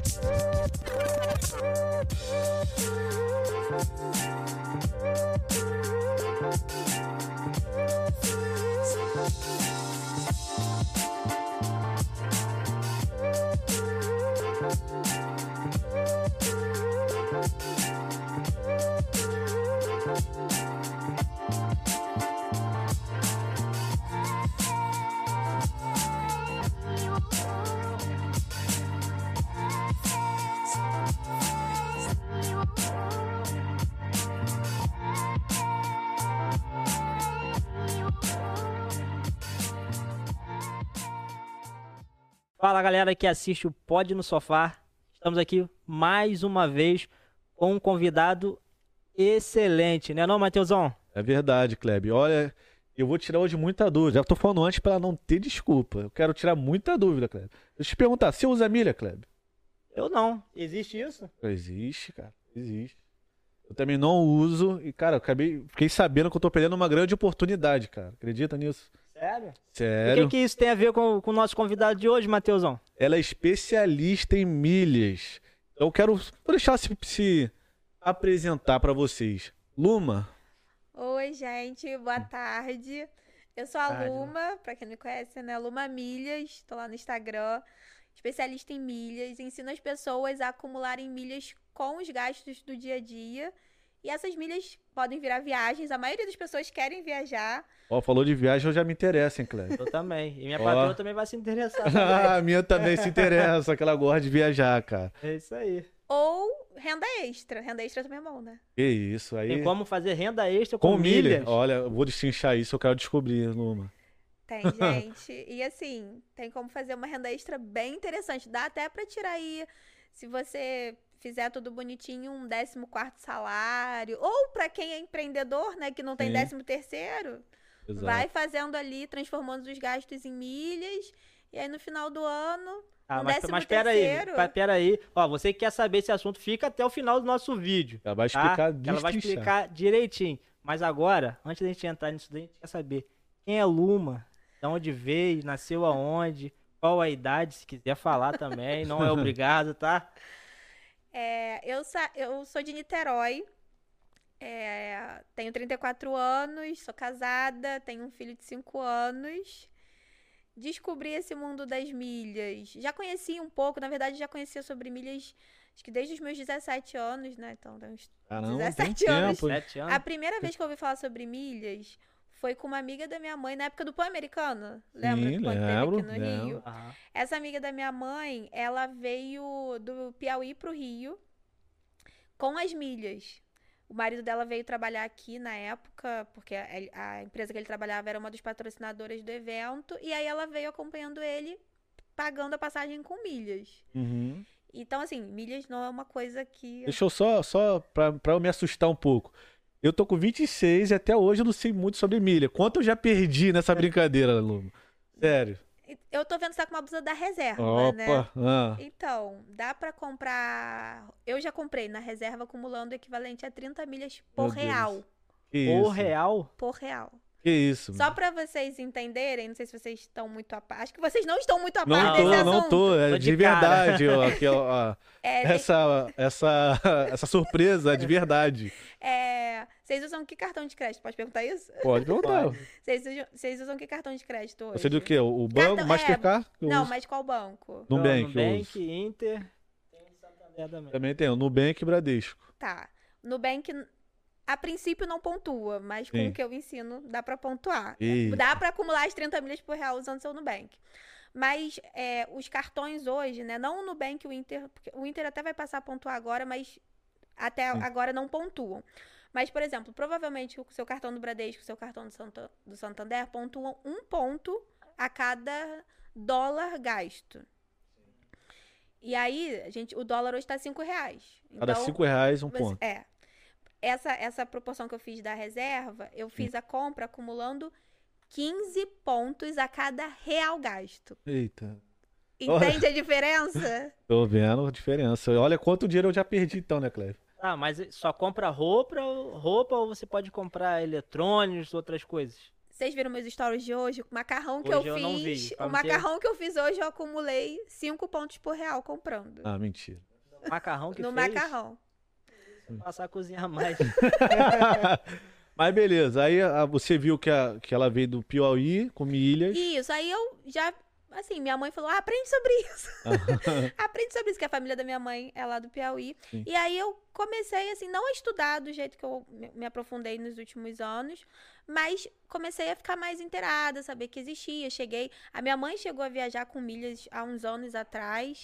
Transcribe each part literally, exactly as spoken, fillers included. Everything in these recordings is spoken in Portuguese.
Fala galera que assiste o Pod no Sofá, estamos aqui mais uma vez com um convidado excelente, né não, Matheusão? É verdade, Kleber. Olha, eu vou tirar hoje muita dúvida, já tô falando antes para não ter desculpa, eu quero tirar muita dúvida, Kleber. Deixa eu te perguntar, você usa milha, Kleber? Eu não, existe isso? Existe, cara, existe. Eu também não uso e, cara, eu acabei, fiquei sabendo que eu tô perdendo uma grande oportunidade, cara, acredita nisso? Sério? Sério. O que, que isso tem a ver com, com o nosso convidado de hoje, Matheusão? Ela é especialista em milhas. Então eu quero vou deixar se, se apresentar para vocês. Luma. Oi, gente. Boa tarde. Eu sou a Tarde. Luma, pra quem não me conhece, né? Luma Milhas. Tô lá no Instagram. Especialista em milhas. Ensino as pessoas a acumularem milhas com os gastos do dia a dia. E essas milhas podem virar viagens. A maioria das pessoas querem viajar. Ó, falou de viagem, eu já me interesso, hein, Kleber? Eu também. E minha Ó. patroa também vai se interessar também. A minha também se interessa, que ela gosta de viajar, cara. É isso aí. Ou renda extra. Renda extra também é bom, né? Que isso, aí... Tem como fazer renda extra com, Com milha. milhas? Olha, eu vou destrinchar isso, eu quero descobrir, Luma. Tem, gente. E assim, tem como fazer uma renda extra bem interessante. Dá até pra tirar aí, se você fizer tudo bonitinho, um décimo quarto salário. Ou pra quem é empreendedor, né, que não tem Sim. décimo terceiro, Exato. vai fazendo ali, transformando os gastos em milhas. E aí no final do ano, Ah, um mas, décimo mas pera aí, terceiro... pa- pera aí. Ó, você que quer saber esse assunto, fica até o final do nosso vídeo. Ela vai Tá? explicar, Que ela vai destrinchar. explicar direitinho. Mas agora, antes da gente entrar nisso daí, a gente quer saber quem é Luma, de onde veio, nasceu aonde, qual a idade, se quiser falar também, não é obrigado, tá? É, eu, sa- eu sou de Niterói, é, tenho trinta e quatro anos, sou casada, tenho um filho de cinco anos. Descobri esse mundo das milhas. Já conhecia um pouco, na verdade já conhecia sobre milhas, acho que desde os meus dezessete anos, né? Então, tem uns Caramba, tem dezessete anos. tempo. Sete anos. A primeira vez que eu ouvi falar sobre milhas foi com uma amiga da minha mãe na época do Pan-Americano. Lembra Sim, quando lembro, teve aqui no lembro. Rio? Aham. Essa amiga da minha mãe, ela veio do Piauí pro Rio com as milhas. O marido dela veio trabalhar aqui na época, porque a, a empresa que ele trabalhava era uma dos patrocinadoras do evento, e aí ela veio acompanhando ele, pagando a passagem com milhas. Uhum. Então, assim, milhas não é uma coisa que... Deixa eu só, só pra, pra eu me assustar um pouco. Eu tô com vinte e seis e até hoje eu não sei muito sobre milha. Quanto eu já perdi nessa brincadeira, Luma? Sério. Eu tô vendo que você tá com uma blusa da reserva, Opa, né? ah, Então, dá pra comprar... Eu já comprei na reserva acumulando o equivalente a trinta milhas por Meu Deus. real. que O isso? real, Por real. Que isso? Só pra vocês entenderem, não sei se vocês estão muito a par. Acho que vocês não estão muito a Não par tô, desse não assunto. tô. É Tô de, de cara. verdade, ó, aqui, ó, ó. É, tem- Essa, essa, essa surpresa é de verdade. é, vocês usam que cartão de crédito? Pode perguntar isso? Pode perguntar. Pode. Vocês usam, vocês usam que cartão de crédito hoje? Você do quê? O banco, Cartão- Mastercard? Eu Não, uso. mas qual banco? Nubank, eu Nubank, uso. Inter, tem o Santander também. Também tem o Nubank e Bradesco. Tá. Nubank, a princípio, não pontua, mas com Sim. o que eu ensino, dá pra pontuar. Eita. Dá pra acumular as trinta milhas por real usando seu Nubank. Mas é, os cartões hoje, né? Não o Nubank, o Inter, porque o Inter até vai passar a pontuar agora, mas até Sim. agora não pontuam. Mas, por exemplo, provavelmente o seu cartão do Bradesco, o seu cartão do, Santa- do Santander pontuam um ponto a cada dólar gasto. E aí, gente, o dólar hoje tá cinco reais. Cada Então, cinco reais, um você- ponto. É. Essa, essa proporção que eu fiz da reserva, eu fiz a compra acumulando quinze pontos a cada real gasto. Eita. Entende a diferença? Tô vendo a diferença. Olha quanto dinheiro eu já perdi então, né, Cleber? Ah, mas só compra roupa, roupa ou você pode comprar eletrônicos, outras coisas? Vocês viram meus stories de hoje? O macarrão que Hoje eu eu não vi, fiz. pra O não ter- macarrão que eu fiz hoje, eu acumulei cinco pontos por real comprando. Ah, mentira. Macarrão que no fez, macarrão. passar a cozinhar mais. Mas beleza, aí a- você viu que, a, que ela veio do Piauí com milhas. Isso, aí eu já. Assim, minha mãe falou: ah, aprende sobre isso. Aprende sobre isso, que a família da minha mãe é lá do Piauí. Sim. E aí eu comecei, assim, não a estudar do jeito que eu me me aprofundei nos últimos anos, mas comecei a ficar mais inteirada, saber que existia. Cheguei. A minha mãe chegou a viajar com milhas há uns anos atrás,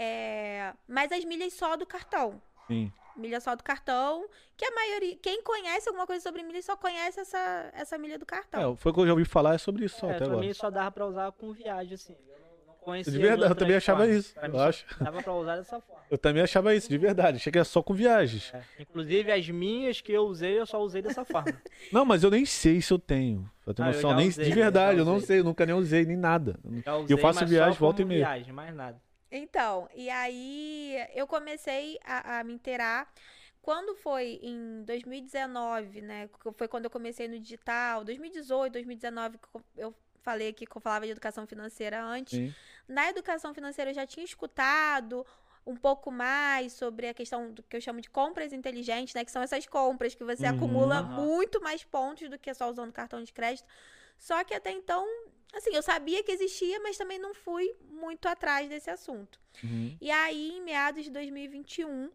é, mas as milhas só do cartão. Sim. Milha só do cartão, que a maioria. Quem conhece alguma coisa sobre milha só conhece essa, essa milha do cartão. É, foi o que eu já ouvi falar é sobre isso só É, até pra agora. mim só dava pra usar com viagem, assim. Eu não, não conhecia De verdade, as eu também outras achava formas. isso, Pra mim eu só acho. dava pra usar dessa forma. Eu também achava isso, de verdade. Achei que era só com viagens. É. Inclusive, as minhas que eu usei, eu só usei dessa forma. Não, mas eu nem sei se eu tenho. Pra ter Ah, eu noção, já nem usei, de eu verdade, já eu não usei. sei, eu nunca nem usei, nem nada. Já E usei, eu faço mas viagem, só volta e como meia. viagem, mais nada. Então, e aí eu comecei a, a me inteirar. Quando foi em dois mil e dezenove, né? que Foi quando eu comecei no digital, dois mil e dezoito, dois mil e dezenove, que eu- eu falei aqui que eu falava de educação financeira antes. Sim. Na educação financeira eu já tinha escutado um pouco mais sobre a questão do que eu chamo de compras inteligentes, né? Que são essas compras que você Uhum. acumula Aham. muito mais pontos do que só usando cartão de crédito. Só que até então, assim, eu sabia que existia, mas também não fui muito atrás desse assunto. Uhum. E aí, em meados de dois mil e vinte e um,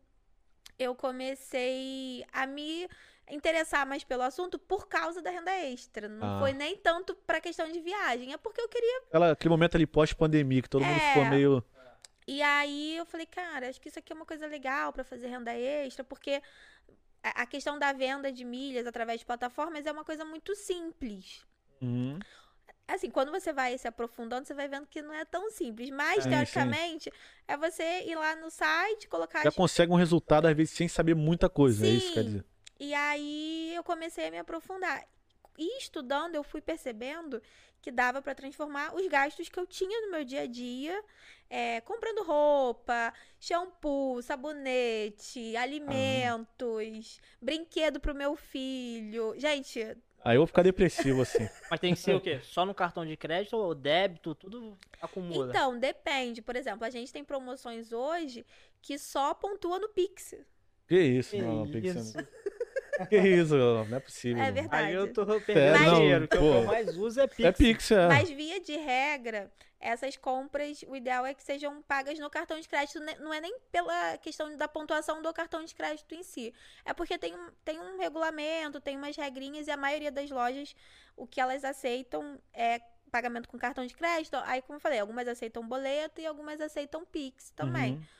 eu comecei a me interessar mais pelo assunto por causa da renda extra. Não Ah. foi nem tanto pra questão de viagem, é porque eu queria. Aquela, aquele momento ali pós-pandemia, que todo mundo É. ficou meio. E aí eu falei, cara, acho que isso aqui é uma coisa legal pra fazer renda extra, porque a a questão da venda de milhas através de plataformas é uma coisa muito simples. Uhum. Assim, quando você vai se aprofundando, você vai vendo que não é tão simples. Mas, Sim, teoricamente, é você ir lá no site, colocar Já as consegue um resultado, às vezes, sem saber muita coisa. É isso que quer Sim. dizer. E aí eu comecei a me aprofundar. E estudando, eu fui percebendo que dava para transformar os gastos que eu tinha no meu dia a dia, é, comprando roupa, shampoo, sabonete, alimentos, brinquedo pro meu filho. Gente, Aí eu vou ficar depressivo, assim. Mas tem que ser o quê? Só no cartão de crédito ou débito? Tudo acumula. então, depende. Por exemplo, a gente tem promoções hoje que só pontua no Pix. Que isso, Que não, tem que isso. ser. Que isso, não é possível. É não. verdade. Aí eu tô É, perdendo não, dinheiro. que o que pô. eu mais uso é Pix. É Pix, é. Mas via de regra, essas compras, o ideal é que sejam pagas no cartão de crédito. ne- Não é nem pela questão da pontuação do cartão de crédito em si. É porque tem um, tem um regulamento, tem umas regrinhas e a maioria das lojas, o que elas aceitam é pagamento com cartão de crédito. Aí, como eu falei, algumas aceitam boleto e algumas aceitam Pix também. Uhum.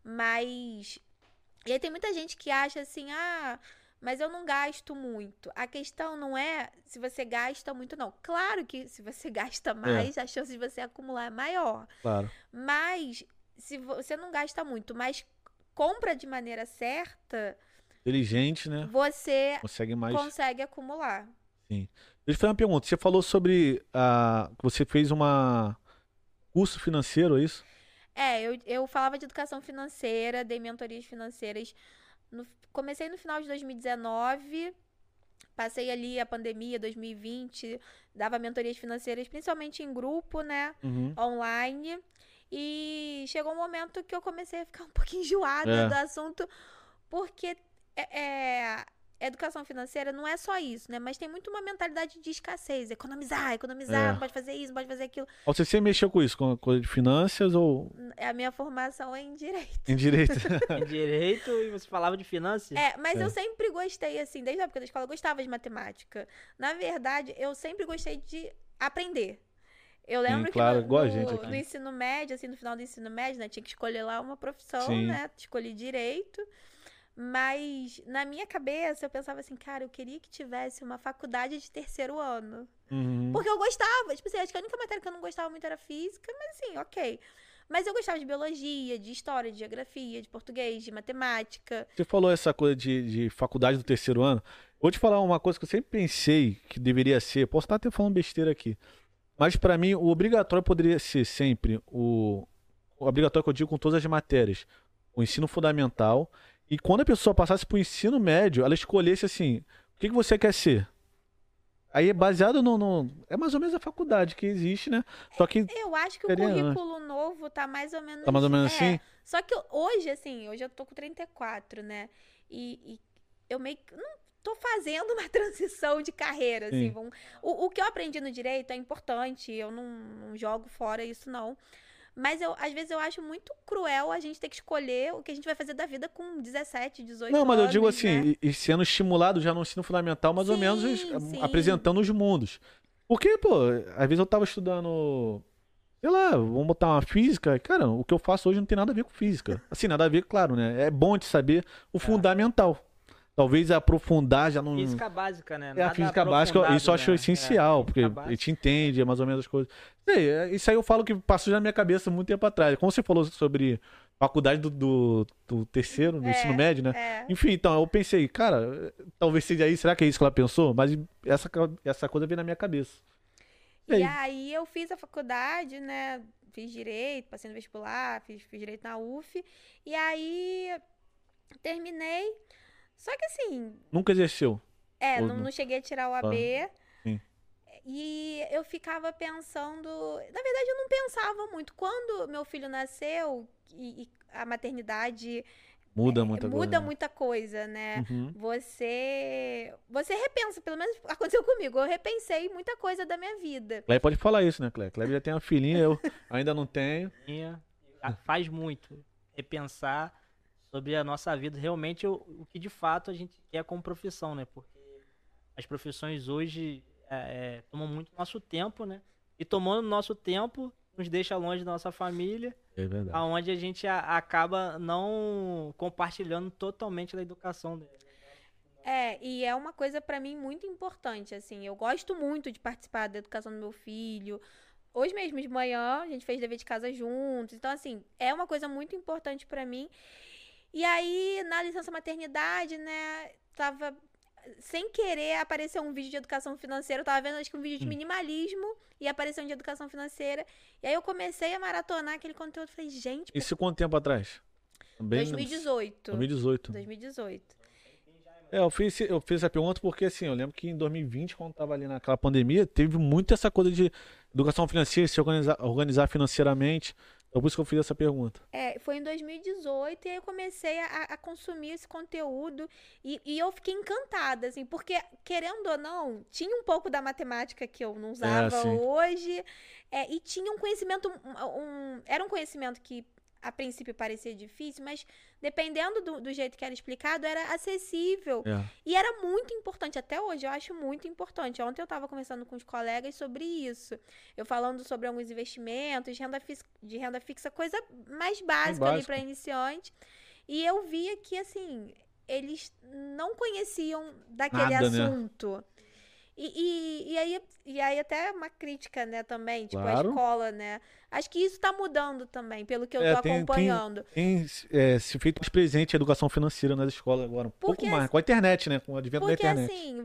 Mas. E aí tem muita gente que acha assim, ah, mas eu não gasto muito. A questão não é se você gasta muito, não. Claro que se você gasta mais, a chance de você acumular é maior. Claro. Mas se você não gasta muito, mas compra de maneira certa, Inteligente, né? você Consegue mais. consegue acumular. Deixa eu fazer uma pergunta. Você falou sobre a que você fez uma curso financeiro, é isso? É, eu, eu falava de educação financeira, dei mentorias financeiras. No- comecei no final de dois mil e dezenove, passei ali a pandemia, dois mil e vinte, dava mentorias financeiras, principalmente em grupo, né? Uhum. Online. E chegou um momento que eu comecei a ficar um pouquinho enjoada É. do assunto, porque é, é, educação financeira não é só isso, né? Mas tem muito uma mentalidade de escassez, economizar, economizar, É. não pode fazer isso, não pode fazer aquilo. Ó, Você sempre mexeu com isso, com a coisa de finanças ou A minha formação é em direito. em direito? Em direito e você falava de finanças? É, mas É. eu sempre gostei, assim, desde a época da escola, eu gostava de matemática. Na verdade, eu sempre gostei de aprender. Eu lembro claro, que igual a no, gente no, aqui. no ensino médio, assim, no final do ensino médio, né, tinha que escolher lá uma profissão, Sim. né? Escolhi direito. Mas na minha cabeça eu pensava assim, cara, eu queria que tivesse uma faculdade de terceiro ano. Uhum. Porque eu gostava, tipo assim, acho que a única matéria que eu não gostava muito era física, mas assim, ok. Mas eu gostava de biologia, de história, de geografia, de português, de matemática. Você falou essa coisa de, de faculdade do terceiro ano. Vou te falar uma coisa que eu sempre pensei que deveria ser. Posso estar até falando besteira aqui. Mas pra mim, o obrigatório poderia ser sempre o, o obrigatório que eu digo com todas as matérias. O ensino fundamental. E quando a pessoa passasse pro ensino médio, ela escolhesse assim, o que, que você quer ser? Aí é baseado no, no- É mais ou menos a faculdade que existe, né? Só que Eu acho que o seria currículo novo tá mais ou menos. tá mais ou menos é. assim. Só que hoje, assim, hoje eu tô com trinta e quatro, né? E, e eu meio que não tô fazendo uma transição de carreira, assim. Sim. Vamos... O, o que eu aprendi no direito é importante, eu não, não jogo fora isso, não. Mas eu, às vezes eu acho muito cruel a gente ter que escolher o que a gente vai fazer da vida com dezessete, dezoito Não, mas eu digo anos, assim, né? e, e sendo estimulado já no ensino fundamental, mais ou menos Sim, es- sim. apresentando os mundos. Porque, pô, às vezes eu tava estudando, sei lá, vamos botar uma física, cara, o que eu faço hoje não tem nada a ver com física. Assim, nada a ver, claro, né? É bom de saber o fundamental. Talvez aprofundar já não. Física básica, né? É a Nada física básica, aprofundado, isso eu acho né? essencial, É, porque física a básica. gente entende mais ou menos as coisas. Sei, é, isso aí eu falo que passou já na minha cabeça muito tempo atrás. Como você falou sobre faculdade do, do, do terceiro, do É, ensino médio, né? É. Enfim, então eu pensei, cara, talvez seja aí, será que é isso que ela pensou? Mas essa, essa coisa veio na minha cabeça. E E aí? aí eu fiz a faculdade, né? Fiz direito, passei no vestibular, fiz, fiz direito na U F. E aí terminei. Só que assim, Nunca exerceu. é, Ou não, não? não cheguei a tirar o A B. Sim. E eu ficava pensando. Na verdade, eu não pensava muito. Quando meu filho nasceu e, e a maternidade Muda muita coisa. muda né? muita coisa, né? Uhum. Você. Você repensa, pelo menos aconteceu comigo. Eu repensei muita coisa da minha vida. Cleber pode falar isso, né, Cleber? Cleber já tem uma filhinha, eu ainda não tenho. Minha, a- faz muito repensar sobre a nossa vida, realmente o, o que de fato a gente quer como profissão, né? Porque as profissões hoje é, é, tomam muito nosso tempo, né? E tomando nosso tempo, nos deixa longe da nossa família, É verdade. aonde a gente a- acaba não compartilhando totalmente da educação dele. É, e é uma coisa pra mim muito importante, assim, eu gosto muito de participar da educação do meu filho. Hoje mesmo de manhã a gente fez dever de casa juntos, então assim, é uma coisa muito importante pra mim. E aí, na licença maternidade, né, tava sem querer apareceu um vídeo de educação financeira, eu tava vendo acho que um vídeo de Hum. minimalismo e apareceu um de educação financeira. E aí eu comecei a maratonar aquele conteúdo, falei, gente, Isso quanto tempo atrás? Também dois mil e dezoito. dois mil e dezoito. dois mil e dezoito. É, eu fiz, eu fiz essa pergunta porque, assim, eu lembro que em dois mil e vinte, quando tava ali naquela pandemia, teve muito essa coisa de educação financeira, se organizar, organizar financeiramente. Então, por isso que eu fiz essa pergunta. É, foi em dois mil e dezoito e aí eu comecei a, a consumir esse conteúdo e, e eu fiquei encantada, assim, porque, querendo ou não, tinha um pouco da matemática que eu não usava sim. hoje, é, e tinha um conhecimento, um, um- era um conhecimento que a princípio parecia difícil, mas dependendo do, do jeito que era explicado, era acessível. É. E era muito importante, até hoje eu acho muito importante. Ontem eu estava conversando com os colegas sobre isso. Eu falando sobre alguns investimentos de renda, fis- de renda fixa, coisa mais básica ali básico. para iniciante. E eu via que, assim, eles não conheciam daquele Nada, né? assunto. E, e, e, aí, e aí até uma crítica, né, também, tipo, Claro. a escola, né? Acho que isso tá mudando também, pelo que eu É, tô tem- tem- acompanhando. Tem é, se feito mais presente a educação financeira nas escolas agora. Um Porque pouco mais. Com a internet, né? Com o advento da Porque internet. assim,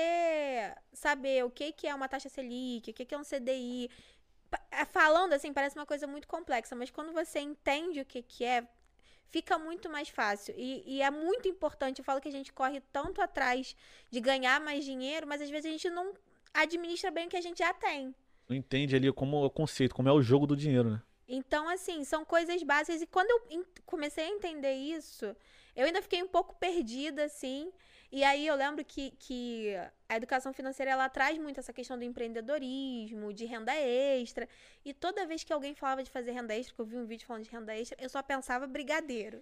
você saber o que que é uma taxa Selic, o que que é um C D I, pa- é, falando assim, parece uma coisa muito complexa, mas quando você entende o que que é, fica muito mais fácil. E, e é muito importante, eu falo que a gente corre tanto atrás de ganhar mais dinheiro, mas às vezes a gente não administra bem o que a gente já tem. Não entende ali como é o conceito, como é o jogo do dinheiro, né? Então, assim, são coisas básicas. E quando eu en- comecei a entender isso, eu ainda fiquei um pouco perdida, assim. E aí eu lembro que, que a educação financeira, ela traz muito essa questão do empreendedorismo, de renda extra. E toda vez que alguém falava de fazer renda extra, que eu vi um vídeo falando de renda extra, eu só pensava brigadeiro.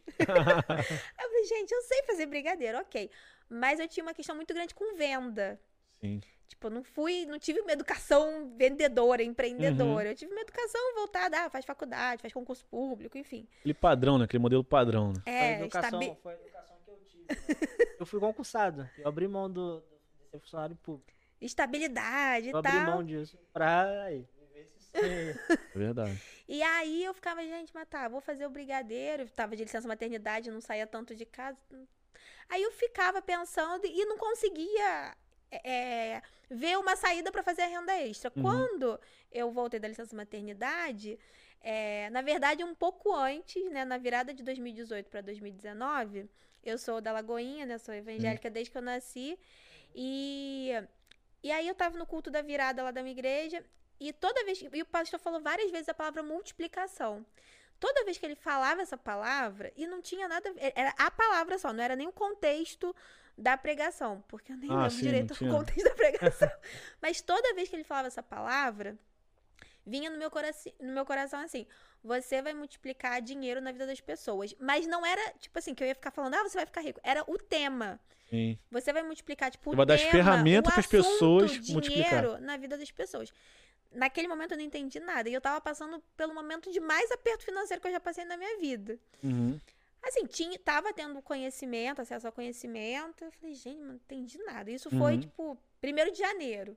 Eu falei, gente, eu sei fazer brigadeiro, ok. Mas eu tinha uma questão muito grande com venda. Sim. Tipo, eu não fui, não tive uma educação vendedora, empreendedora. Eu tive uma educação voltada, ah, faz faculdade, faz concurso público, enfim. Aquele padrão, né? Aquele modelo padrão, né? Foi a É, educação, estabi- foi a educação que eu tive. né? Eu fui concursado. Eu abri mão do, do- de ser funcionário público. estabilidade e Eu abri tal. mão disso pra aí, viver esse sonho. É verdade. E aí eu ficava, gente, mas tá, vou fazer o brigadeiro. Eu tava de licença maternidade, não saía tanto de casa. Aí eu ficava pensando e não conseguia é, ver uma saída para fazer a renda extra. Uhum. Quando eu voltei da licença maternidade, é, na verdade, um pouco antes, né, na virada de dois mil e dezoito para dois mil e dezenove, eu sou da Lagoinha, né, sou evangélica desde que eu nasci, e E aí eu tava no culto da virada lá da minha igreja, e toda vez, e o pastor falou várias vezes a palavra multiplicação. Toda vez que ele falava essa palavra, e não tinha nada, era a palavra só, não era nem o contexto da pregação, porque eu nem Ah, lembro sim, direito não o tinha. contexto da pregação. Mas toda vez que ele falava essa palavra, vinha no meu, coração, no meu coração assim, você vai multiplicar dinheiro na vida das pessoas. Mas não era, tipo assim, que eu ia ficar falando, ah, você vai ficar rico. Era o tema. Sim. Você vai multiplicar, tipo, Você o vai dar as tema, ferramentas o para as assunto, pessoas dinheiro multiplicar. na vida das pessoas. Naquele momento eu não entendi nada. E eu tava passando pelo momento de mais aperto financeiro que eu já passei na minha vida. Uhum. Assim, tinha, tava tendo conhecimento, acesso ao conhecimento. Eu falei, gente, não entendi nada. Isso foi, Uhum. tipo, primeiro de janeiro.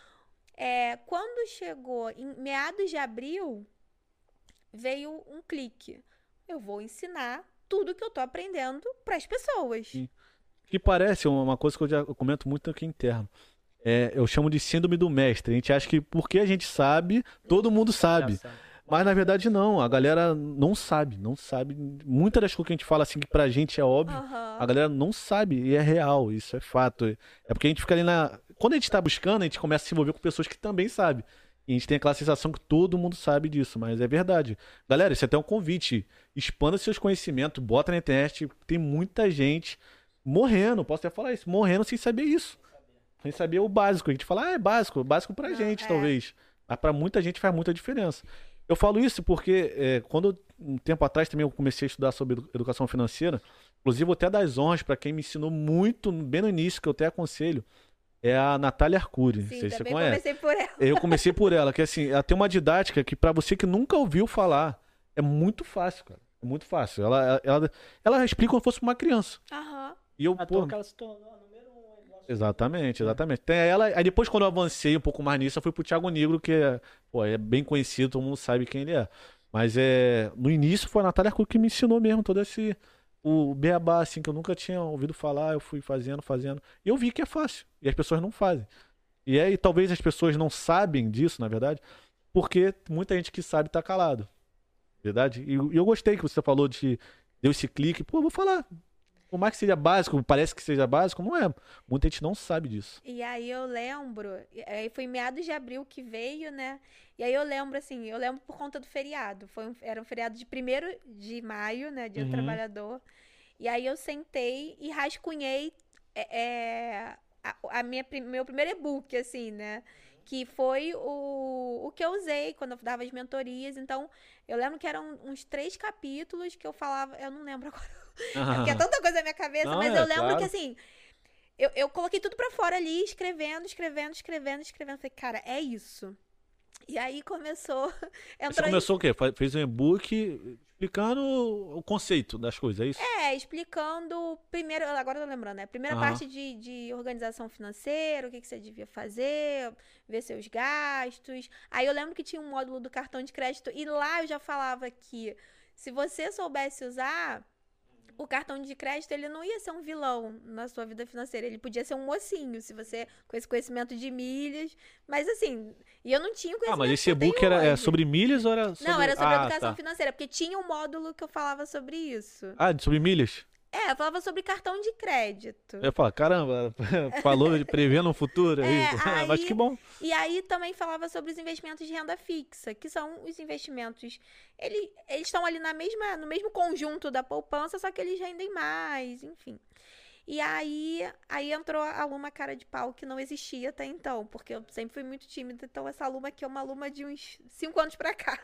É, quando chegou em meados de abril, veio um clique. Eu vou ensinar tudo que eu tô aprendendo pras pessoas. Sim. Que parece uma coisa que eu já comento muito aqui interno. É, eu chamo de síndrome do mestre. A gente acha que porque a gente sabe, todo mundo sabe. Já sabe. Mas na verdade não, a galera não sabe, não sabe. Muitas das coisas que a gente fala assim que pra gente é óbvio, Aham. a galera não sabe e é real, isso é fato. É porque a gente fica ali na... Quando a gente tá buscando, a gente começa a se envolver com pessoas que também sabem. E a gente tem aquela sensação que todo mundo sabe disso, mas é verdade. Galera, isso é até um convite. Expanda seus conhecimentos, bota na internet, tem muita gente morrendo, posso até falar isso, morrendo sem saber isso. Sem saber o básico. A gente fala, ah, é básico, básico pra Não, gente, é. talvez. Mas pra muita gente faz muita diferença. Eu falo isso porque é, quando um tempo atrás também eu comecei a estudar sobre edu- educação financeira, inclusive vou até dar as honras para quem me ensinou muito, bem no início, que eu até aconselho, é a Natália Arcuri. Não Sim, sei se você também conhece. comecei por ela. Eu comecei por ela, que assim, ela tem uma didática que pra você que nunca ouviu falar, é muito fácil, cara. É muito fácil. Ela, ela, ela, ela explica como se fosse uma criança. Aham. E eu, À pô, toa que ela se tornou a número um. igual- exatamente, exatamente. Tem ela, aí depois quando eu avancei um pouco mais nisso, eu fui pro Thiago Negro, que é, pô, é bem conhecido, todo mundo sabe quem ele é. Mas é, no início foi a Natália Arcuri que me ensinou mesmo todo esse o beabá assim que eu nunca tinha ouvido falar, eu fui fazendo, fazendo. E eu vi que é fácil, e as pessoas não fazem. E aí talvez as pessoas não sabem disso, na verdade, porque muita gente que sabe tá calado. Verdade? E e eu gostei que você falou de deu esse clique, pô, vou falar. Por mais que seja básico, parece que seja básico, não é. Muita gente não sabe disso. E aí eu lembro, e aí foi em meados de abril que veio, né? E aí eu lembro, assim, eu lembro por conta do feriado. Foi um, era um feriado de primeiro de maio, né? Dia do Uhum. Trabalhador. E aí eu sentei e rascunhei é, é, a, a minha, prim- meu primeiro e-book, assim, né? Que foi o, o que eu usei quando eu dava as mentorias. Então, eu lembro que eram uns três capítulos que eu falava. Eu não lembro agora. É porque é tanta coisa na minha cabeça, Não, mas é, eu lembro claro. que assim, eu, eu coloquei tudo pra fora ali, escrevendo, escrevendo, escrevendo, escrevendo. Falei, cara, é isso. E aí começou. Você Entrou em- começou o quê? Fa- Fez um e-book explicando o conceito das coisas, é isso? É, explicando. Primeiro, agora eu tô lembrando, né? Primeira Aham. parte de, de organização financeira, o que, que você devia fazer, ver seus gastos. Aí eu lembro que tinha um módulo do cartão de crédito, e lá eu já falava que se você soubesse usar. O cartão de crédito, ele não ia ser um vilão na sua vida financeira. Ele podia ser um mocinho, se você, com esse conhecimento de milhas. Mas assim, e eu não tinha o Ah, conhecimento mas esse que eu tenho e-book era é hoje. sobre milhas ou era sobre... Não, era sobre ah, educação tá. financeira, porque tinha um módulo que eu falava sobre isso. Ah, sobre milhas? É, eu falava sobre cartão de crédito. Eu ia falar, caramba, falou de prevendo o futuro, é, É, isso? aí- Mas que bom. E aí também falava sobre os investimentos de renda fixa, que são os investimentos. Ele, eles estão ali na mesma, no mesmo conjunto da poupança, só que eles rendem mais, enfim. E aí, aí entrou a aluna cara de pau que não existia até então, porque eu sempre fui muito tímida, então essa aluna aqui é uma aluna de uns cinco anos pra cá.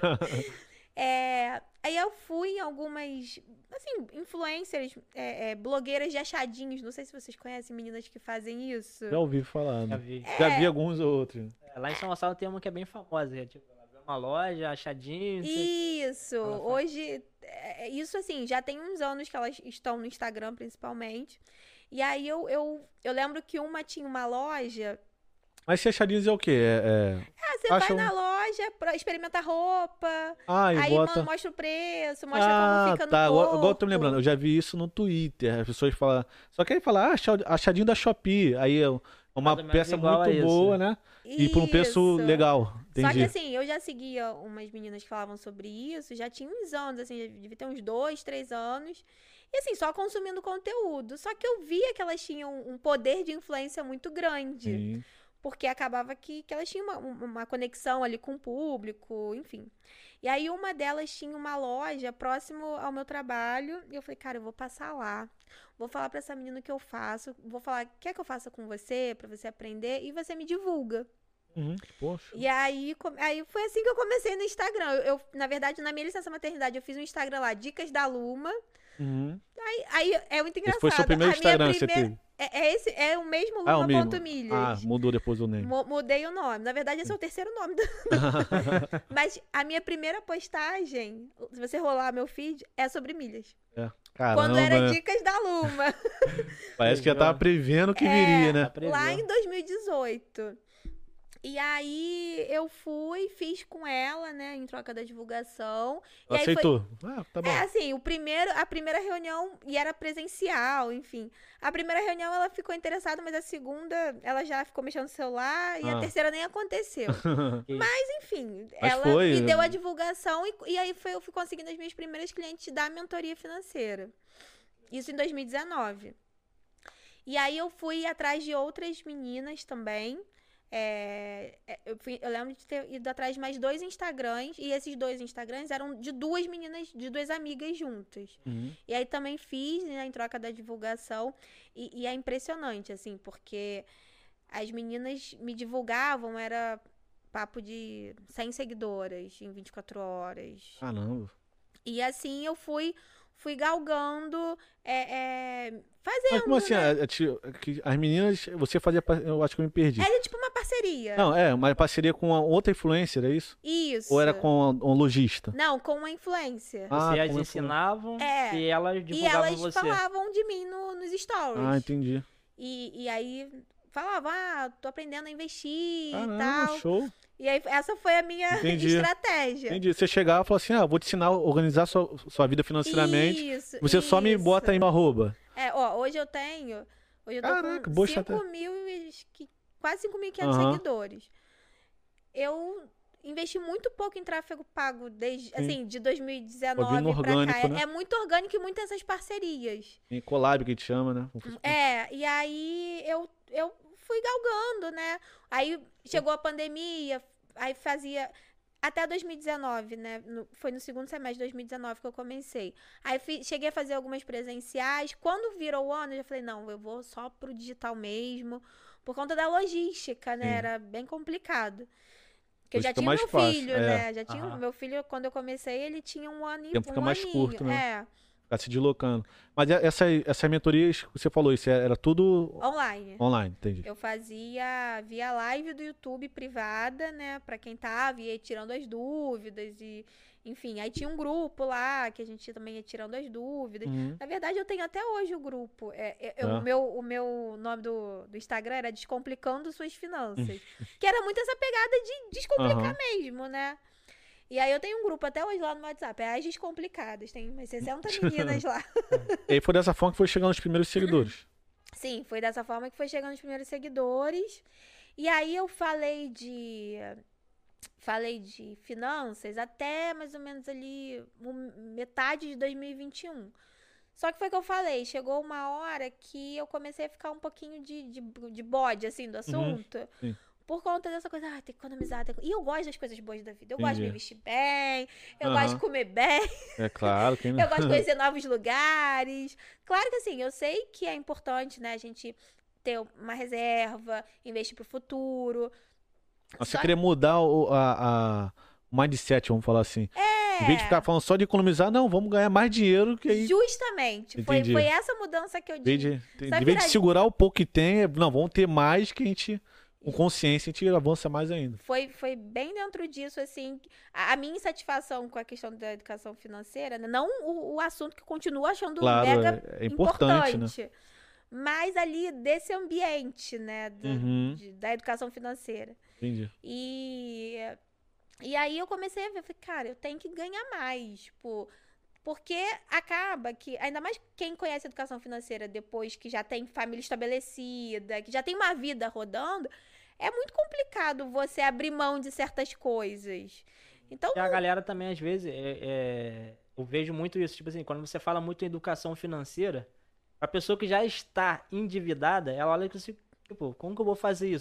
É, aí eu fui em algumas, assim, influencers, é, é, blogueiras de achadinhos. Não sei se vocês conhecem meninas que fazem isso. Já ouvi falar, Já né? vi. É. Já vi alguns ou outros. É, lá em São Gonçalo tem uma que é bem famosa. É, tipo, ela abriu uma loja, achadinho. não sei- Isso, Ela faz. hoje, é, isso assim, já tem uns anos que elas estão no Instagram, principalmente. E aí eu, eu, eu lembro que uma tinha uma loja. Mas se achadinhos é o quê? É, é... Ah, você Acha vai um- na loja, pra- experimenta roupa, Ah, e aí bota... mo- mostra o preço, mostra Ah, como fica no tá. corpo. Agora, agora eu tô me lembrando. Eu já vi isso no Twitter. As pessoas falam. Só que aí fala, ah, acha- achadinho da Shopee. Aí é uma Mais ou menos peça igual a muito isso, boa, né? E por um preço Isso. legal. Só que Entendi. assim, eu já seguia umas meninas que falavam sobre isso, já tinha uns anos, assim, já devia ter uns dois, três anos. E assim, só consumindo conteúdo. Só que eu via que elas tinham um poder de influência muito grande. Sim. porque acabava que, que elas tinham uma, uma conexão ali com o público, enfim. E aí uma delas tinha uma loja próximo ao meu trabalho, e eu falei, cara, eu vou passar lá, vou falar pra essa menina o que eu faço, vou falar, quer que eu faça com você, pra você aprender, e você me divulga. Uhum. Poxa. E aí, aí foi assim que eu comecei no Instagram. Eu, eu, na verdade, na minha licença maternidade, eu fiz um Instagram lá, Dicas da Luma. Uhum. Aí, aí é muito engraçado. Esse foi o seu primeiro a Instagram minha que você primeira... teve? É, é, esse, é o mesmo Ah, o mesmo. Luma.milhas. Ah, mudou depois o nome. Mudei o nome. Na verdade, esse é o terceiro nome. Do... Mas a minha primeira postagem, se você rolar meu feed, é sobre milhas. É. Caramba, quando era né? Dicas da Luma. Parece que já tava prevendo o que É, viria, né? Lá em dois mil e dezoito. E aí eu fui, fiz com ela, né, em troca da divulgação. E aí Aceitou? Foi... Ah, tá bom. É, assim, o primeiro, a primeira reunião, e era presencial, enfim. A primeira reunião ela ficou interessada, mas a segunda ela já ficou mexendo no celular, e Ah. a terceira nem aconteceu. Mas, enfim, Mas ela foi... me deu a divulgação, e, e aí foi, eu fui conseguindo as minhas primeiras clientes da mentoria financeira. Isso em dois mil e dezenove. E aí eu fui atrás de outras meninas também. É, eu, fui, eu lembro de ter ido atrás de mais dois Instagrams, e esses dois Instagrams eram de duas meninas, de duas amigas juntas. Uhum. E aí também fiz, né, em troca da divulgação, e, e é impressionante, assim, porque as meninas me divulgavam, era papo de cem seguidoras em vinte e quatro horas. Caramba. E assim eu fui, fui galgando, é, é, fazendo, Mas como assim? né? A- a ti- que As meninas, você fazia... par- Eu acho que eu me perdi. Era tipo uma parceria. Não, é, uma parceria com a outra influencer, é isso? Isso. Ou era com a- um lojista? Não, com uma influencer. Ah, Você as com a ensinavam É. e elas E divulgavam elas você. falavam de mim no- nos stories. Ah, entendi. E, e aí falavam, ah, tô aprendendo a investir e Caramba, tal. show. E aí essa foi a minha Entendi. estratégia. Entendi. Você chegava e falou assim, ah, vou te ensinar a organizar sua, sua vida financeiramente. Isso, Você só me isso. bota aí no arroba. É, ó, hoje eu tenho. Hoje eu tô Caraca, boa com estratégia. cinco mil e que- quase cinco mil e quinhentos Aham. seguidores. Eu investi muito pouco em tráfego pago desde, assim, de dois mil e dezenove Foi vindo pra orgânico, cá. né? É, é muito orgânico e muitas essas parcerias. Em collab que a gente chama, né? É, e aí eu, eu fui galgando, né? Aí chegou a pandemia, aí fazia. Até dois mil e dezenove, né? No- foi no segundo semestre de dois mil e dezenove que eu comecei. Aí fi- cheguei a fazer algumas presenciais. Quando virou o ano, eu já falei, não, eu vou só pro digital mesmo. Por conta da logística, né? Sim. Era bem complicado. Porque eu Hoje já fica tinha mais meu fácil, filho, é. né? Já tinha Aham. meu filho, quando eu comecei, ele tinha um ano e O tempo fica um mais aninho. curto, né? É, Ficar se deslocando. Mas e- essa, essa mentorias que você falou, isso era tudo online. online, entendi. Eu fazia via live do YouTube privada, né? Pra quem tava, ia tirando as dúvidas e... Enfim, aí tinha um grupo lá que a gente também ia tirando as dúvidas. Uhum. Na verdade, eu tenho até hoje o grupo. É, é, eu- Ah. o, meu, o meu nome do, do Instagram era Descomplicando Suas Finanças. que era muito essa pegada de descomplicar Aham. mesmo, né? E aí eu tenho um grupo até hoje lá no WhatsApp. É As Descomplicadas. Tem umas sessenta meninas lá. E aí foi dessa forma que foi chegando os primeiros seguidores. Sim, foi dessa forma que foi chegando os primeiros seguidores. E aí eu falei de... Falei de finanças até mais ou menos ali um- metade de dois mil e vinte e um. Só que foi o que eu falei, chegou uma hora que eu comecei a ficar um pouquinho de, de, de bode, assim, do assunto. sim. Por conta dessa coisa, ah, tem que economizar. Tem que... E eu gosto das coisas boas da vida. Eu gosto de me Entendi. vestir bem, eu Aham. gosto de comer bem, É claro, quem não... eu gosto de conhecer novos lugares. Claro que assim, eu sei que é importante, né, a gente ter uma reserva, investir pro futuro. Você Só- queria mudar o a, a- o mindset, vamos falar assim. É. Em vez de ficar falando só de economizar, não, vamos ganhar mais dinheiro, que aí... Justamente. Foi, Entendi. foi essa mudança que eu Em vez disse. de, Só em que vez de na- segurar o pouco que tem, é, não, vamos ter mais que a gente, com consciência, a gente avança mais ainda. Foi, foi bem dentro disso, assim, a, a minha insatisfação com a questão da educação financeira, né? Não o, o assunto que eu continuo achando Claro, mega é, é importante, né? importante, mas ali desse ambiente, né, do- Uhum. de- da educação financeira. Entendi. E, e aí eu comecei a ver, falei, cara, eu tenho que ganhar mais, tipo, porque acaba que, ainda mais quem conhece educação financeira depois que já tem família estabelecida, que já tem uma vida rodando, é muito complicado você abrir mão de certas coisas. Então, E a galera também, às vezes, é, é, eu vejo muito isso, tipo assim, quando você fala muito em educação financeira, a pessoa que já está endividada, ela olha que assim, tipo, como que eu vou fazer isso?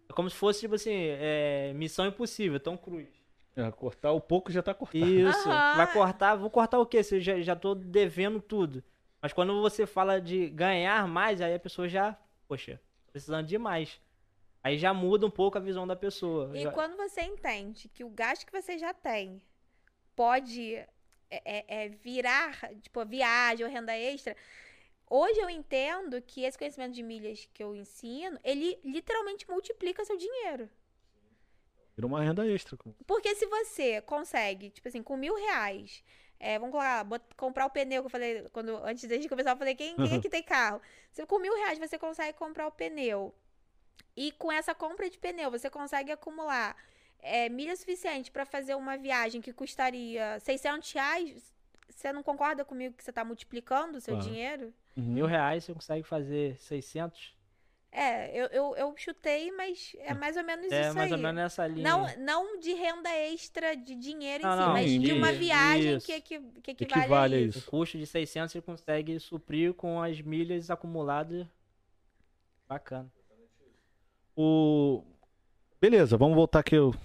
É como se fosse, tipo assim, é, Missão Impossível, Tom Cruise. É, cortar o pouco já tá cortado. Isso. Aham. Vai cortar, vou cortar o quê? Se eu já, já tô devendo tudo. Mas quando você fala de ganhar mais, aí a pessoa já, poxa, precisando de mais. Aí já muda um pouco a visão da pessoa. E Já- quando você entende que o gasto que você já tem pode é, é, é virar, tipo, viagem ou renda extra, hoje eu entendo que esse conhecimento de milhas que eu ensino, ele literalmente multiplica seu dinheiro. Vira uma renda extra. Porque se você consegue, tipo assim, com mil reais, é, vamos colocar, bot- comprar o pneu que eu falei, quando, antes de começar, eu falei, quem, quem aqui tem carro? Se com mil reais você consegue comprar o pneu, e com essa compra de pneu você consegue acumular é, milha suficiente para fazer uma viagem que custaria seiscentos reais, você não concorda comigo que você tá multiplicando o seu Claro. dinheiro? Mil reais você consegue fazer seiscentos. É, eu, eu, eu chutei, mas é mais ou menos É isso mais ou aí. menos nessa linha. Não, não de renda extra de dinheiro em Não, si, não, mas de uma isso, viagem isso. que, que, que equivale, Equivale a a isso. O isso. custo de seiscentos você consegue suprir com as milhas acumuladas. Bacana. O... Beleza, vamos voltar aqui. Eu...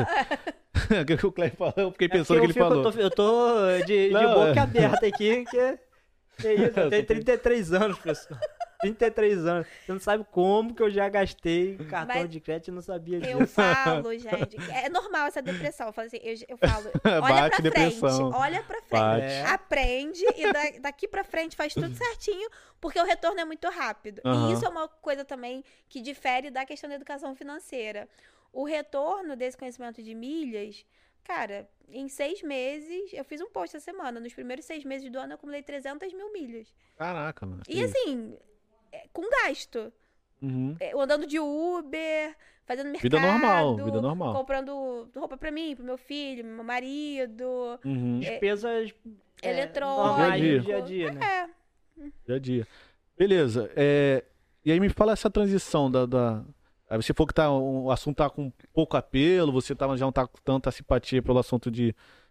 Aham. o que o Cleber falou, eu fiquei É pensando porque que ele eu falou. fico- Eu tô, eu tô de, de Não, boca é. aberta aqui, que, que isso, eu tenho trinta e três anos, pessoal. trinta e três anos. Você não sabe como que eu já gastei cartão Mas de crédito e não sabia disso. Eu falo, gente, é normal essa depressão. Eu falo assim, eu, eu falo, olha Bate pra depressão. frente, olha pra frente, Bate. É. aprende e da- daqui pra frente faz tudo certinho, porque o retorno é muito rápido. Aham. E isso é uma coisa também que difere da questão da educação financeira. O retorno desse conhecimento de milhas, cara, em seis meses, eu fiz um post essa semana, nos primeiros seis meses do ano eu acumulei trezentas mil milhas. Caraca, mano. E assim, é, com gasto. Uhum. É, eu andando de Uber, fazendo mercado. Vida normal, vida normal. Comprando roupa pra mim, pro meu filho, pro meu marido. Uhum. Despesas é, Eletrônico. normais Dia a do dia a dia, né? É, Dia a dia. Beleza. É... E aí me fala essa transição da. da... Aí você falou que tá, o assunto tá com pouco apelo, você tá, já não tá com tanta simpatia pelo assunto de,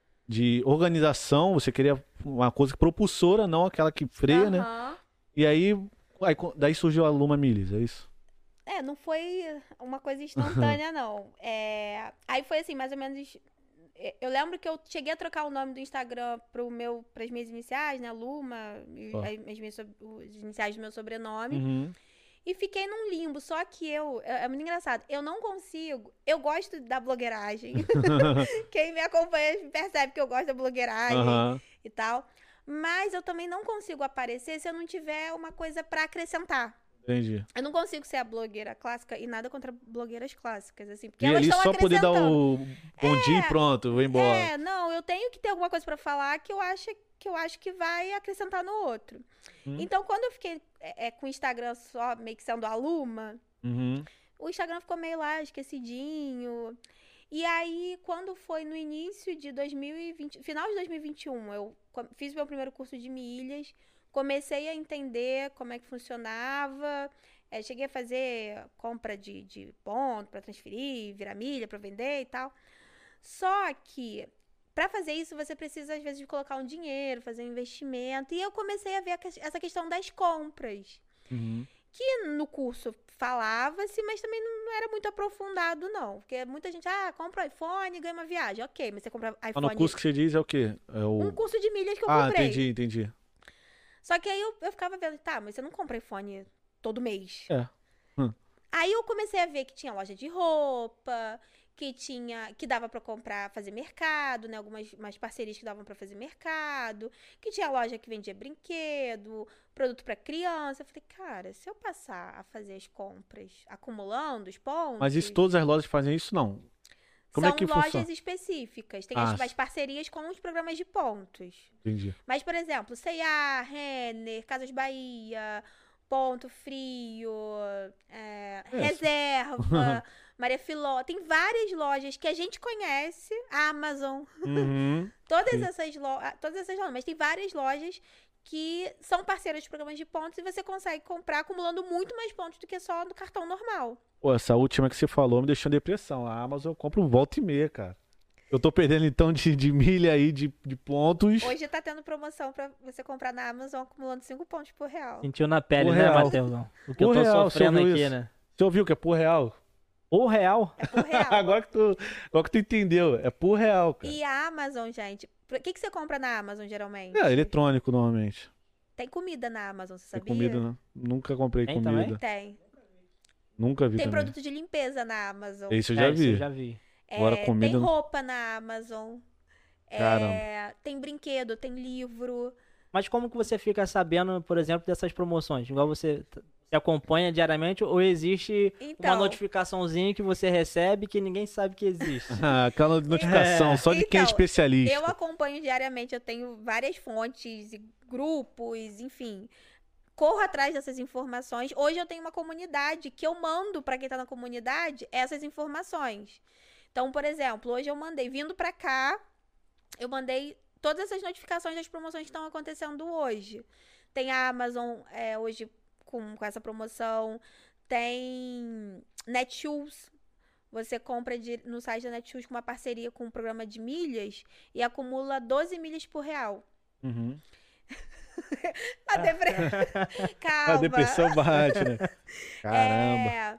de organização, você queria uma coisa propulsora, não aquela que freia, né? aham. E aí, aí co- daí surgiu a Luma Milhas, é isso? É, não foi uma coisa instantânea, não. É, aí foi assim, mais ou menos. é, Eu lembro que eu cheguei a trocar o nome do Instagram pro meu, pras minhas iniciais, né? Luma, e Ó. as, as minhas, sob- os iniciais do meu sobrenome. Uhum. E fiquei num limbo. Só que eu. É, é muito engraçado. Eu não consigo. Eu gosto da blogueiragem. Quem me acompanha percebe que eu gosto da blogueiragem Aham. e tal. Mas eu também não consigo aparecer se eu não tiver uma coisa pra acrescentar. Entendi. Eu não consigo ser a blogueira clássica e nada contra blogueiras clássicas, assim. Porque E elas ali estão só poder dar acrescentando. o bom dia e pronto, vou embora. É, não, eu tenho que ter alguma coisa pra falar que eu acho que eu acho que vai acrescentar no outro. Hum. Então, quando eu fiquei é, é, com o Instagram só meio que sendo aluna, Uhum. o Instagram ficou meio lá, esquecidinho. E aí, quando foi no início de dois mil e vinte, final de dois mil e vinte e um, eu co- fiz meu primeiro curso de milhas, comecei a entender como é que funcionava, eh, cheguei a fazer compra de, de ponto para transferir, virar milha para vender e tal. Só que para fazer isso você precisa às vezes de colocar um dinheiro, fazer um investimento. E eu comecei a ver a que- essa questão das compras. Uhum. Que no curso falava-se, mas também não, não era muito aprofundado, não. Porque muita gente, ah, compra um iPhone e ganha uma viagem. Ok, mas você compra Mas iPhone. no curso que você diz é o quê? É o... Um curso de milhas que eu Ah, comprei. entendi, entendi. Só que aí eu, eu ficava vendo, tá, mas você não compra iPhone todo mês. É. Hum. Aí eu comecei a ver que tinha loja de roupa, que tinha, que dava pra comprar, fazer mercado, né? Algumas umas parcerias que davam pra fazer mercado, que tinha loja que vendia brinquedo, produto pra criança. Eu falei, cara, se eu passar a fazer as compras acumulando os pontos, Mas isso todas as lojas fazem isso, não? Como são é que lojas funciona? específicas. Tem Ah, as, as parcerias com os programas de pontos. Entendi. Mas, por exemplo, C e A, Renner, Casas Bahia, Ponto Frio, é, É. Reserva, Maria Filó. Tem várias lojas que a gente conhece, a Amazon, Uhum. todas Sim. essas lojas, todas essas lojas, mas tem várias lojas que são parceiras de programas de pontos e você consegue comprar acumulando muito mais pontos do que só no cartão normal. Pô, essa última que você falou me deixou em depressão. A Amazon eu compro volta e meia, cara. Eu tô perdendo então de, de milha aí, de, de pontos. Hoje tá tendo promoção pra você comprar na Amazon acumulando cinco pontos por real. Sentiu na pele, Por né, real. Matheusão? O que Por eu tô real, você sofrendo ouviu aqui, isso? né? Você ouviu que é por real? Por real? É por real. agora, que tu, agora que tu entendeu, é por real, cara. E a Amazon, gente, o que, que você compra na Amazon, geralmente? É, eletrônico, normalmente. Tem comida na Amazon, você Tem sabia? comida, né? Nunca comprei Tem comida. também? Tem. Nunca vi Tem também. produto de limpeza na Amazon. Esse eu já É, isso vi. eu já vi. É, Agora comida tem não- roupa na Amazon. É, Caramba. tem brinquedo, tem livro. Mas como que você fica sabendo, por exemplo, dessas promoções? Igual você, você acompanha diariamente ou existe uma Então, notificaçãozinha que você recebe que ninguém sabe que existe? Ah, aquela notificação É. só de quem é Então, especialista. eu acompanho diariamente, eu tenho várias fontes, e grupos, enfim. Corro atrás dessas informações. Hoje eu tenho uma comunidade que eu mando para quem tá na comunidade essas informações. Então, por exemplo, hoje eu mandei, vindo para cá, eu mandei todas essas notificações das promoções que estão acontecendo hoje. Tem a Amazon é, hoje com, com essa promoção. Tem Netshoes. Você compra de, no site da Netshoes com uma parceria com um programa de milhas e acumula doze milhas por real. Uhum. A, depre... Calma. A depressão bate, né? Caramba. É,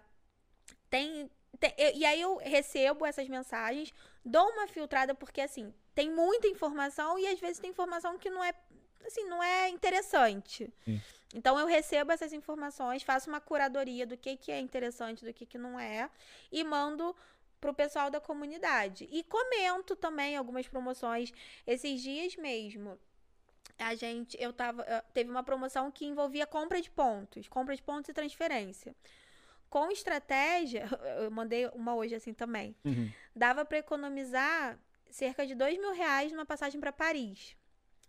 tem, tem- e aí eu recebo essas mensagens, dou uma filtrada, porque assim, tem muita informação e às vezes tem informação que não é, assim, não é interessante. Sim. Então eu recebo essas informações, faço uma curadoria do que, que é interessante, do que, que não é, e mando pro pessoal da comunidade. E comento também algumas promoções. Esses dias mesmo, a gente, eu tava, eh, teve uma promoção que envolvia compra de pontos, compra de pontos e transferência. Com estratégia, eu mandei uma hoje assim também, Uhum. dava para economizar cerca de dois mil reais numa passagem para Paris.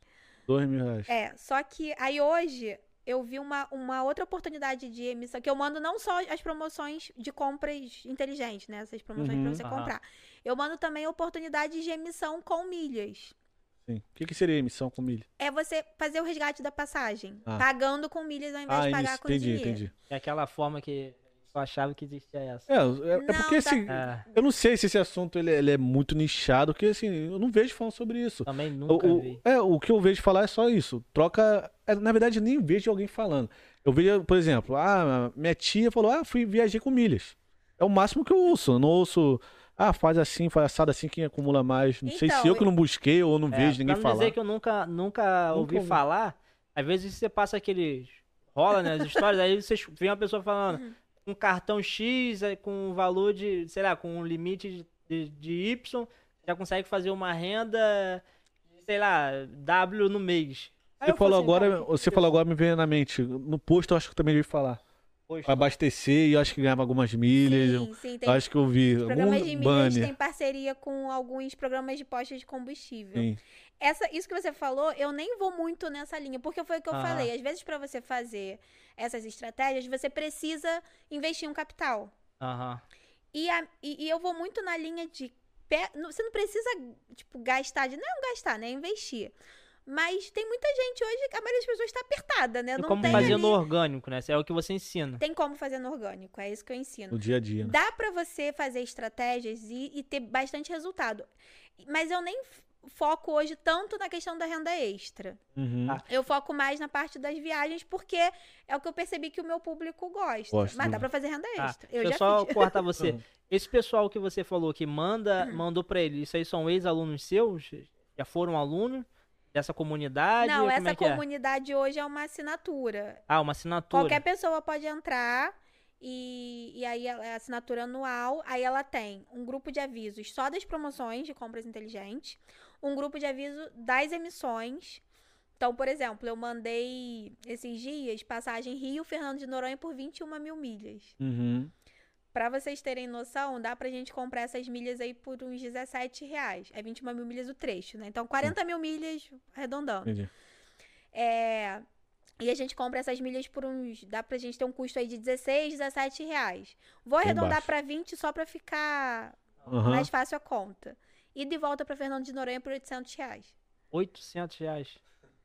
Dois mil reais. É, só que aí hoje eu vi uma, uma outra oportunidade de emissão, que eu mando não só as promoções de compras inteligentes, né? Essas promoções Uhum. para você Aham. comprar. Eu mando também oportunidades de emissão com milhas. Sim. O que, que seria emissão com milha? É você fazer o resgate da passagem, Ah. pagando com milhas ao invés Ah, de pagar isso. com Entendi, dinheiro. entendi. É aquela forma que só achava que existia essa. É, é, é Não, porque tá- assim, É, eu não sei se esse assunto ele, ele é muito nichado, porque assim, eu não vejo falando sobre isso. também O, nunca o- vi. é, o que eu vejo falar é só isso. Troca. é, na verdade, eu nem vejo alguém falando. Eu vejo, por exemplo, ah, minha tia falou, ah, fui viajei com milhas. É o máximo que eu ouço. Eu não ouço, ah, faz assim, faz assado assim, quem acumula mais. Não sei se Então, eu que não busquei ou não É, vejo ninguém pra não falar. dizer que eu nunca, nunca ouvi ouvi. falar, às vezes você passa aqueles. Rola, né? As histórias, aí você vê uma pessoa falando um cartão X aí com um valor de, sei lá, com um limite de, de Y, já consegue fazer uma renda, sei lá, W no mês. Aí Você eu falou falo assim, agora, cara, que você falou agora me veio na mente. No posto eu acho que eu também ouvi falar. Poxa, Pra abastecer e eu acho que ganhava algumas milhas. eu- Sim, sim, eu tem acho que eu vi. os programas de Algum milhas banner. têm parceria com alguns programas de postos de combustível. Sim. Essa, isso que você falou, eu nem vou muito nessa linha, porque foi o que eu Ah. falei. Às vezes, para você fazer essas estratégias, você precisa investir um capital. aham. E, a- e- e eu vou muito na linha de. pe- não- Você não precisa, tipo, gastar. De, não é gastar, né? É investir. Mas tem muita gente hoje, a maioria das pessoas está apertada, né? E Não como tem fazer ali- no orgânico, né? Isso é o que você ensina. Tem como fazer no orgânico, é isso que eu ensino. No dia a dia. né? Dá pra você fazer estratégias e, e ter bastante resultado. Mas eu nem f- foco hoje tanto na questão da renda extra. Uhum. Ah. Eu foco mais na parte das viagens, porque é o que eu percebi que o meu público gosta. Gosta Mas do- dá pra fazer renda Ah, extra. eu deixa eu já só fiz. cortar você. Uhum. Esse pessoal que você falou que manda, mandou pra ele, isso aí são ex-alunos seus? Já foram alunos dessa comunidade? Não, Como essa é que é? comunidade hoje é uma assinatura. Ah, uma assinatura. Qualquer pessoa pode entrar e, e aí é assinatura anual. Aí ela tem um grupo de avisos só das promoções de compras inteligentes, um grupo de aviso das emissões. Então, por exemplo, eu mandei esses dias passagem Rio Fernando de Noronha por vinte e uma mil milhas. Uhum. Pra vocês terem noção, dá pra gente comprar essas milhas aí por uns dezessete reais. É vinte e uma mil milhas o trecho, né? Então, quarenta mil milhas arredondando. Entendi. É, e a gente compra essas milhas por uns. Dá pra gente ter um custo aí de dezesseis, dezessete reais. Vou Bem arredondar baixo. pra vinte só pra ficar Aham. mais fácil a conta. E de volta pra Fernando de Noronha por oitocentos reais. oitocentos reais.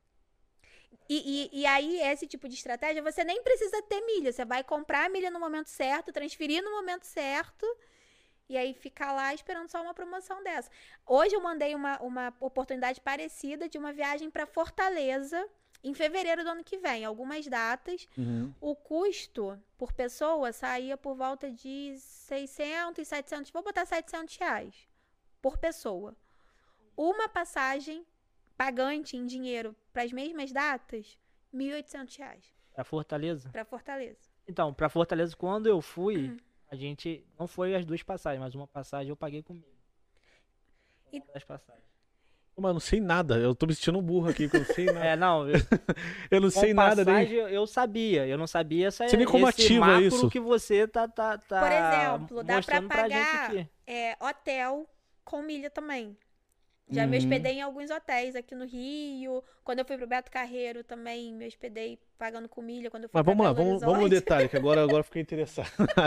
E, e, e aí, esse tipo de estratégia, você nem precisa ter milha. Você vai comprar a milha no momento certo, transferir no momento certo. E aí ficar lá esperando só uma promoção dessa. Hoje eu mandei uma, uma oportunidade parecida de uma viagem pra Fortaleza em fevereiro do ano que vem, algumas datas. Uhum. O custo por pessoa saía por volta de seiscentos, setecentos, vou botar setecentos reais por pessoa. Uma passagem pagante em dinheiro para as mesmas datas, mil e oitocentos reais. Pra Fortaleza? Para Fortaleza. Então, pra Fortaleza, quando eu fui, uhum. a gente não foi as duas passagens, mas uma passagem eu paguei comigo. E... Uma das passagens. Mano, eu não sei nada. Eu tô me sentindo burro aqui, porque eu não sei nada. É, não. Eu, eu não sei nada. Passagem, nem... eu sabia. Eu não sabia essa, você nem como esse ativa macro isso. que você tá, tá, tá Por exemplo, dá pra pagar pra é, hotel com milha também. Já hum. me hospedei em alguns hotéis aqui no Rio. Quando eu fui pro Beto Carreiro também me hospedei pagando com milha. Quando eu fui Mas vamos lá, Belo vamos, vamos no detalhe, que agora, agora eu fiquei interessado.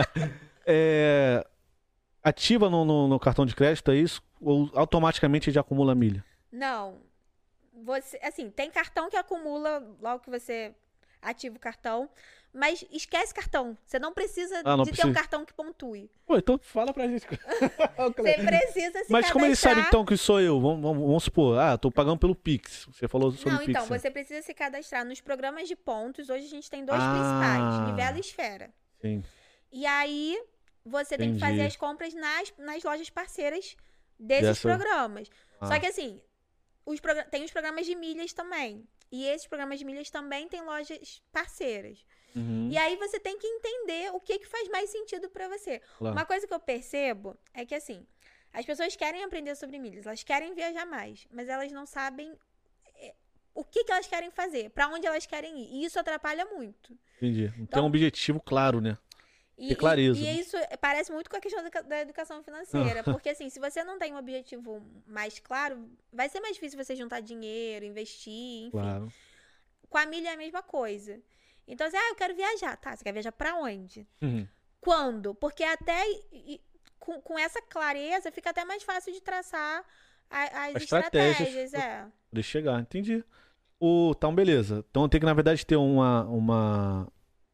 é, ativa no, no, no cartão de crédito, é isso? Ou automaticamente já acumula milha? Não. Você, assim, tem cartão que acumula logo que você ativa o cartão. Mas esquece cartão. Você não precisa ah, não de precisa. ter um cartão que pontue. Pô, então fala pra gente. Você precisa se Mas cadastrar... como ele sabe então que sou eu? Vamos, vamos, vamos supor, ah, tô pagando pelo Pix. Você falou sobre não, o Pix. Não, então, né? você precisa se cadastrar nos programas de pontos. Hoje a gente tem dois ah, principais, Nivela e Esfera. Sim. E aí, você Entendi. tem que fazer as compras nas, nas lojas parceiras desses Dessa... programas. Ah. Só que assim, os progr... tem os programas de milhas também. E esses programas de milhas também tem lojas parceiras. Uhum. E aí você tem que entender o que, que faz mais sentido pra você. Claro. Uma coisa que eu percebo é que, assim, as pessoas querem aprender sobre milhas, elas querem viajar mais, mas elas não sabem é, o que, que elas querem fazer, pra onde elas querem ir. E isso atrapalha muito. Entendi. Então, Então, tem um objetivo claro, né? E, ter clareza. E, e né? isso parece muito com a questão da, da educação financeira. Porque, assim, se você não tem um objetivo mais claro, vai ser mais difícil você juntar dinheiro, investir, enfim. Claro. Com a milha é a mesma coisa. Então, assim, ah, eu quero viajar. Tá, você quer viajar pra onde? Uhum. Quando? Porque até e, com, com essa clareza fica até mais fácil de traçar a, as, as estratégias. estratégias é. De chegar, entendi. O, então, beleza. Então tem que, na verdade, ter uma, uma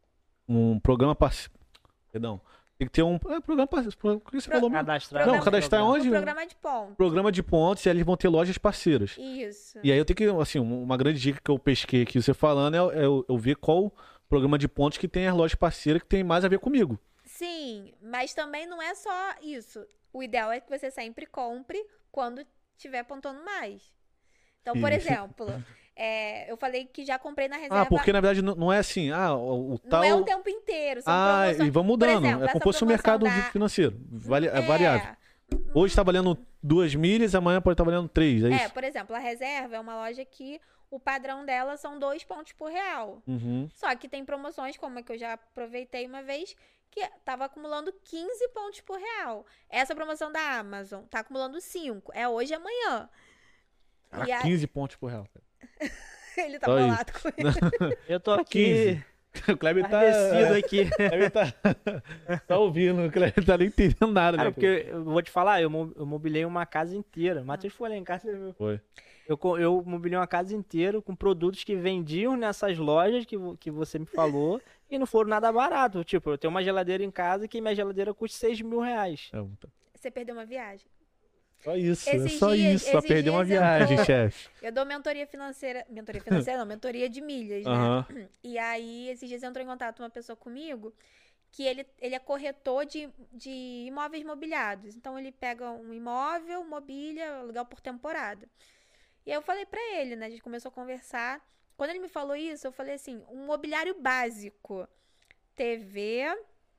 um programa parceiro. Perdão. Tem que ter um é, programa parceiro. O que você Pro, falou? Cadastrar. Não, cadastrar onde? Um programa de pontos. Programa de pontos e eles vão ter lojas parceiras. Isso. E aí eu tenho que, assim, uma grande dica que eu pesquei aqui, você falando, é, é eu, eu ver qual programa de pontos que tem as lojas parceiras que tem mais a ver comigo. Sim, mas também não é só isso. O ideal é que você sempre compre quando tiver pontuando mais. Então, por Isso. exemplo, é, eu falei que já comprei na reserva... Ah, porque na verdade não não é assim, ah, o, o tal... Não é o tempo inteiro, são Ah, promoções. e vão mudando, Por exemplo, é essa como se fosse o mercado promoção da- financeiro, vale, é É, variável. Hoje tá valendo duas milhas, amanhã pode estar valendo três, é É, isso? por exemplo, a reserva é uma loja que o padrão dela são dois pontos por real. Uhum. Só que tem promoções, como a que eu já aproveitei uma vez, que tava acumulando quinze pontos por real. Essa promoção da Amazon tá acumulando cinco. É hoje e amanhã. Ah, E a- quinze pontos por real. Ele tá Só bolado com ele. Eu tô aqui quinze. O Kleber tá... ardecido aqui. O Kleber tá... tá ouvindo, o Kleber tá nem entendendo nada. Cara, né? porque eu vou te falar, eu, mo- eu mobilei uma casa inteira. Matheus foi lá em casa, você viu? Foi. Eu, co- eu mobilei uma casa inteira com produtos que vendiam nessas lojas que, vo- que você me falou e não foram nada barato. Tipo, eu tenho uma geladeira em casa que minha geladeira custa seis mil reais. É, tá. Você perdeu uma viagem. Só isso, é Esses só dias- isso. Só esses perder uma dias eu viagem, tô- chefe. Eu dou mentoria financeira. Mentoria financeira não, mentoria de milhas, né? Aham. E aí, esses dias entrou em contato uma pessoa comigo que ele, ele é corretor de, de imóveis mobiliados. Então, ele pega um imóvel, mobília, aluguel por temporada. E aí eu falei pra ele, né? A gente começou a conversar. Quando ele me falou isso, eu falei assim, um mobiliário básico. T V,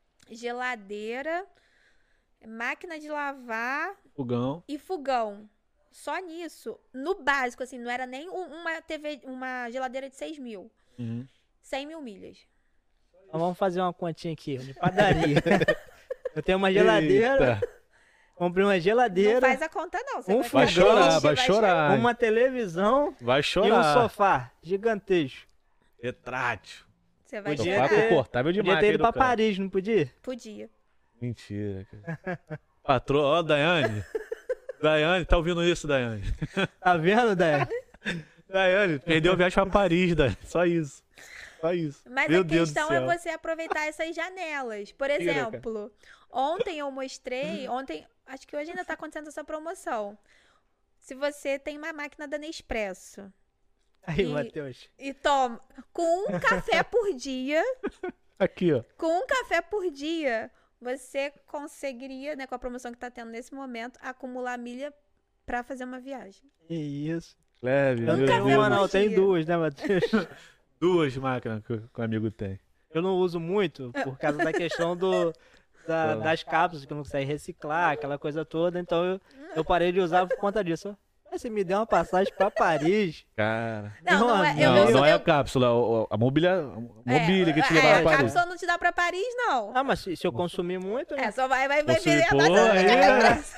geladeira, máquina de lavar Fogão. e fogão. Só nisso, no básico, assim, não era nem um- uma T V, uma geladeira de seis mil. Uhum. cem mil milhas. Então vamos fazer uma continha aqui, de padaria. Eu tenho uma geladeira, Eita. comprei uma Não geladeira, faz a conta, não. Você Um vai, Vai ficar chorar, triste, vai chorar. uma televisão Vai e um chorar. sofá gigantesco. Retrátil. Você vai Podia chorar. ter- confortável Podia demais. ter ido aquele pra do cara. Paris, não podia? Podia. Mentira, cara. Patroa, ó, Daiane. Daiane, tá ouvindo isso, Daiane? Tá vendo, Dé? Daiane, perdeu a viagem pra Paris, Daiane. Só isso. Só isso. Mas Meu a Deus do questão é céu. você aproveitar essas janelas. Por Tira, cara. exemplo, ontem eu mostrei, ontem, acho que hoje ainda tá acontecendo essa promoção. Se você tem uma máquina da Nespresso, Aí, E- Matheus. E toma, com um café por dia, Aqui, ó. com um café por dia, você conseguiria, né, com a promoção que tá tendo nesse momento, acumular milha pra fazer uma viagem. Que isso. Leve, Eu não meu tenho café uma, Deus. por não. Tem dia. duas, né, Matheus? Duas máquinas que, que o amigo tem. Eu não uso muito por causa da questão do, da- das cápsulas, que eu não consegue reciclar, aquela coisa toda. Então eu, eu parei de usar por conta disso. Mas você me deu uma passagem pra Paris. Cara. Não, não é. Eu, Não, eu, não sou- é a eu- cápsula, o- a mobília, a mobília que te é, levava a a Paris. cápsula não te dá pra Paris, não. Ah, mas se, se eu consumir muito, né? É, só vai, vai, vai Consumir, ver a pô, taça aí, de é. café.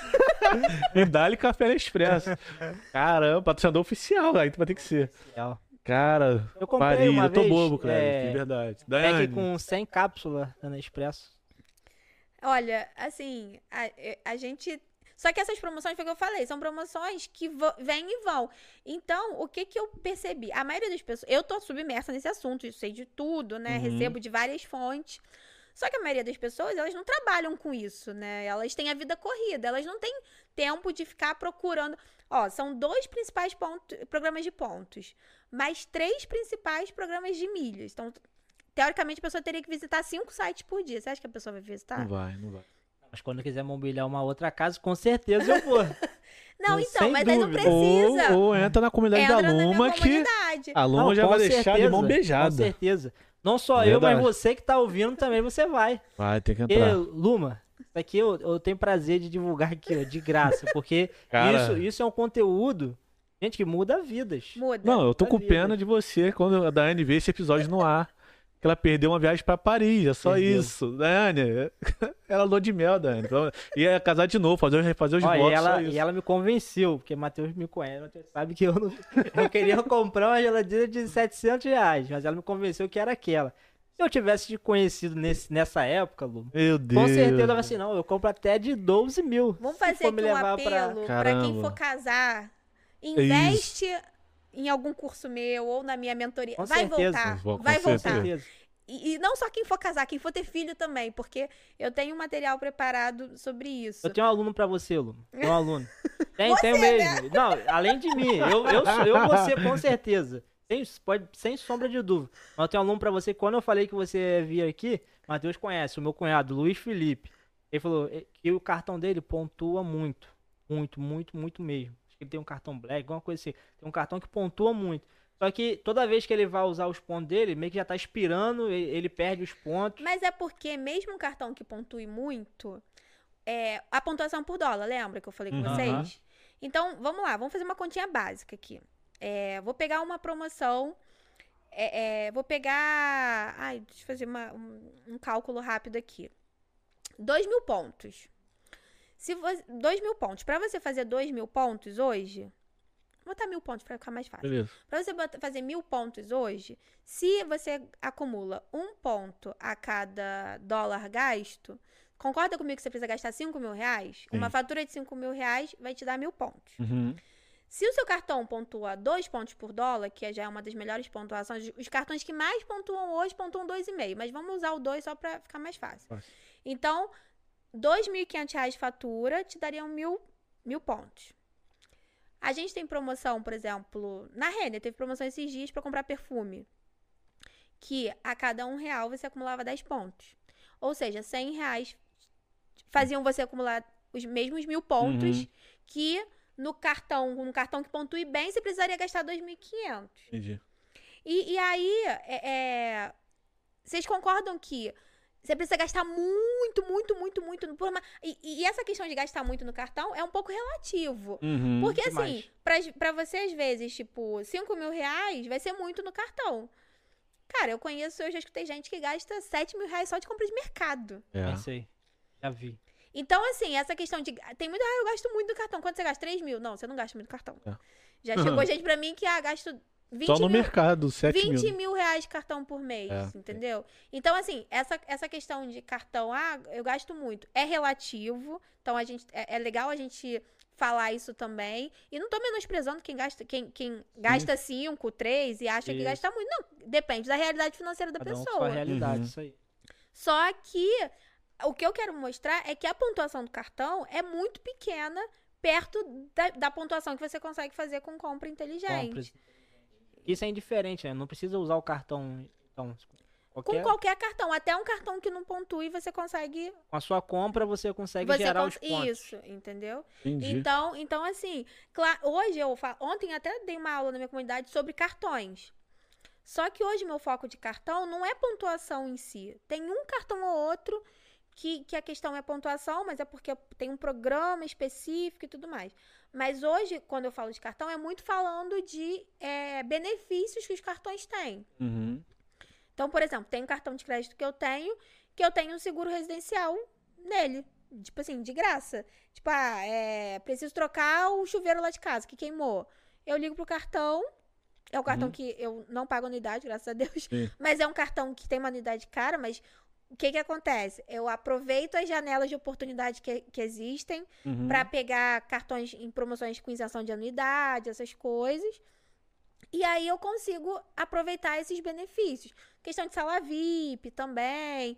E dá-lhe café expresso. Caramba, patrocinador oficial, aí tu vai ter que ser. Legal. Cara, Eu comprei Paris, uma eu tô vez, bobo, cara, é, de verdade. Pack Daiane, com cem cápsulas da Nespresso. Olha, assim, a, a gente. Só que essas promoções, foi o que eu falei, são promoções que vo- vêm e vão. Então, o que que eu percebi? A maioria das pessoas. Eu tô submersa nesse assunto, eu sei de tudo, né? Uhum. Recebo de várias fontes. Só que a maioria das pessoas, elas não trabalham com isso, né? Elas têm a vida corrida, elas não têm tempo de ficar procurando. Ó, são dois principais pontos, programas de pontos, mais três principais programas de milhas. Então, teoricamente, a pessoa teria que visitar cinco sites por dia. Você acha que a pessoa vai visitar? não vai, não vai. Mas quando eu quiser mobiliar uma outra casa, com certeza eu vou. Não, Não, então, sem mas aí não dúvida. precisa. Ou, ou entra na comunidade Entra da na minha Luma que comunidade. a Luma Não, já com vai deixar de certeza, mão Com beijada. certeza. Não só eu, Verdade. mas você que tá ouvindo também, você vai. Vai, tem que Porque, entrar. Luma, isso aqui eu, eu tenho prazer de divulgar aqui, ó, de graça. Porque Cara. isso, isso é um conteúdo, gente, que muda vidas. Muda. Não, eu tô da com vida. pena de você quando a Daiane vê esse episódio no ar. Que ela perdeu uma viagem pra Paris, é só Perdeu. isso. Daiane, ela lua de mel, Daiane. Ia casar de novo, fazer, fazer os Ó, votos, e, só ela, isso. e ela me convenceu, porque Matheus me conhece, Matheus sabe que eu, não, eu queria comprar uma geladeira de setecentos reais, mas ela me convenceu que era aquela. Se eu tivesse te conhecido nesse, nessa época, Lu, Meu Deus. com certeza eu tava assim, não, eu compro até de doze mil. Vamos se fazer for aqui me um levar pra- apelo pra quem Caramba. for casar. Investe em algum curso meu ou na minha mentoria. Com vai certeza. voltar. Vou- com vai certeza. voltar. certeza. E, e não só quem for casar, quem for ter filho também, porque eu tenho um material preparado sobre isso. Eu tenho um aluno pra você, Lu. Tem um aluno. Tem, tem mesmo. Não, além de mim. Eu, eu, sou- eu vou ser, com certeza. Sem, pode, sem sombra de dúvida. Mas eu tenho um aluno pra você. Quando eu falei que você via aqui, Matheus conhece, o meu cunhado, Luiz Felipe. Ele falou que o cartão dele pontua muito. Muito, muito, muito mesmo. Acho que ele tem um cartão black, alguma coisa assim. Tem um cartão que pontua muito. Só que toda vez que ele vai usar os pontos dele, meio que já tá expirando, ele, ele perde os pontos. Mas é porque mesmo um cartão que pontue muito, é, a pontuação por dólar, lembra que eu falei com Uhum. vocês? Então, vamos lá, vamos fazer uma continha básica aqui. É, vou pegar uma promoção, é, é, vou pegar... Ai, deixa eu fazer uma- um, um cálculo rápido aqui. Dois mil pontos. Se você, dois mil pontos. Para você fazer dois mil pontos hoje... Vou botar mil pontos para ficar mais fácil. Beleza. Para você bota- fazer mil pontos hoje, se você acumula um ponto a cada dólar gasto, concorda comigo que você precisa gastar cinco mil reais? Sim. Uma fatura de cinco mil reais vai te dar mil pontos. Uhum. Se o seu cartão pontua dois pontos por dólar, que já é uma das melhores pontuações, os cartões que mais pontuam hoje pontuam dois vírgula cinco, mas vamos usar o dois só para ficar mais fácil. Fácil. Então, dois mil e quinhentos reais de fatura te dariam mil, mil pontos. A gente tem promoção, por exemplo, na Renner, teve promoção esses dias para comprar perfume. Que a cada um real você acumulava dez pontos. Ou seja, cem reais faziam você acumular os mesmos mil pontos Uhum. que no cartão, no cartão que pontue bem, você precisaria gastar dois mil e quinhentos. Entendi. E, e aí, é, é, vocês concordam que você precisa gastar muito, muito, muito, muito. Por uma... e, e essa questão de gastar muito no cartão é um pouco relativo. Uhum. Porque demais. assim, pra, pra você às vezes, tipo, cinco mil reais vai ser muito no cartão. Cara, eu conheço, eu já escutei gente que gasta sete mil reais só de compra de mercado. É. É sei. Já vi. Então, assim, essa questão de... Tem muito, ah, eu gasto muito no cartão. Quanto você gasta? três mil? Não, você não gasta muito no cartão. É. Já chegou gente pra mim que, ah, gasto vinte Só no mil... mercado, sete vinte mil. mil reais de cartão por mês, É. entendeu? Então, assim, essa, essa questão de cartão, ah, eu gasto muito, é relativo. Então, a gente, é, é legal a gente falar isso também. E não tô menosprezando quem gasta, quem, quem gasta cinco, três e acha que Isso. gasta muito. Não, depende da realidade financeira da Cada um com pessoa. sua realidade, Uhum. isso aí. Só que o que eu quero mostrar é que a pontuação do cartão é muito pequena perto da, da pontuação que você consegue fazer com compra inteligente. Compras. Isso é indiferente, né? Não precisa usar o cartão. Então, qualquer... Com qualquer cartão, até um cartão que não pontue, você consegue... Com a sua compra, você consegue você gerar cons... os pontos. Isso, entendeu? Entendi. Então, então assim, claro, hoje eu falo... Ontem até dei uma aula na minha comunidade sobre cartões. Só que hoje meu foco de cartão não é pontuação em si. Tem um cartão ou outro que, que a questão é pontuação, mas é porque tem um programa específico e tudo mais. Mas hoje, quando eu falo de cartão, é muito falando de é, benefícios que os cartões têm. Uhum. Então, por exemplo, tem um cartão de crédito que eu tenho, que eu tenho um seguro residencial nele. Tipo assim, de graça. Tipo, ah, é, preciso trocar o chuveiro lá de casa, que queimou. Eu ligo pro cartão. É um cartão Uhum. que eu não pago anuidade, graças a Deus. Sim. Mas é um cartão que tem uma anuidade cara, mas o que que acontece? Eu aproveito as janelas de oportunidade que, que existem Uhum. para pegar cartões em promoções com isenção de anuidade, essas coisas. E aí eu consigo aproveitar esses benefícios. Questão de sala V I P também.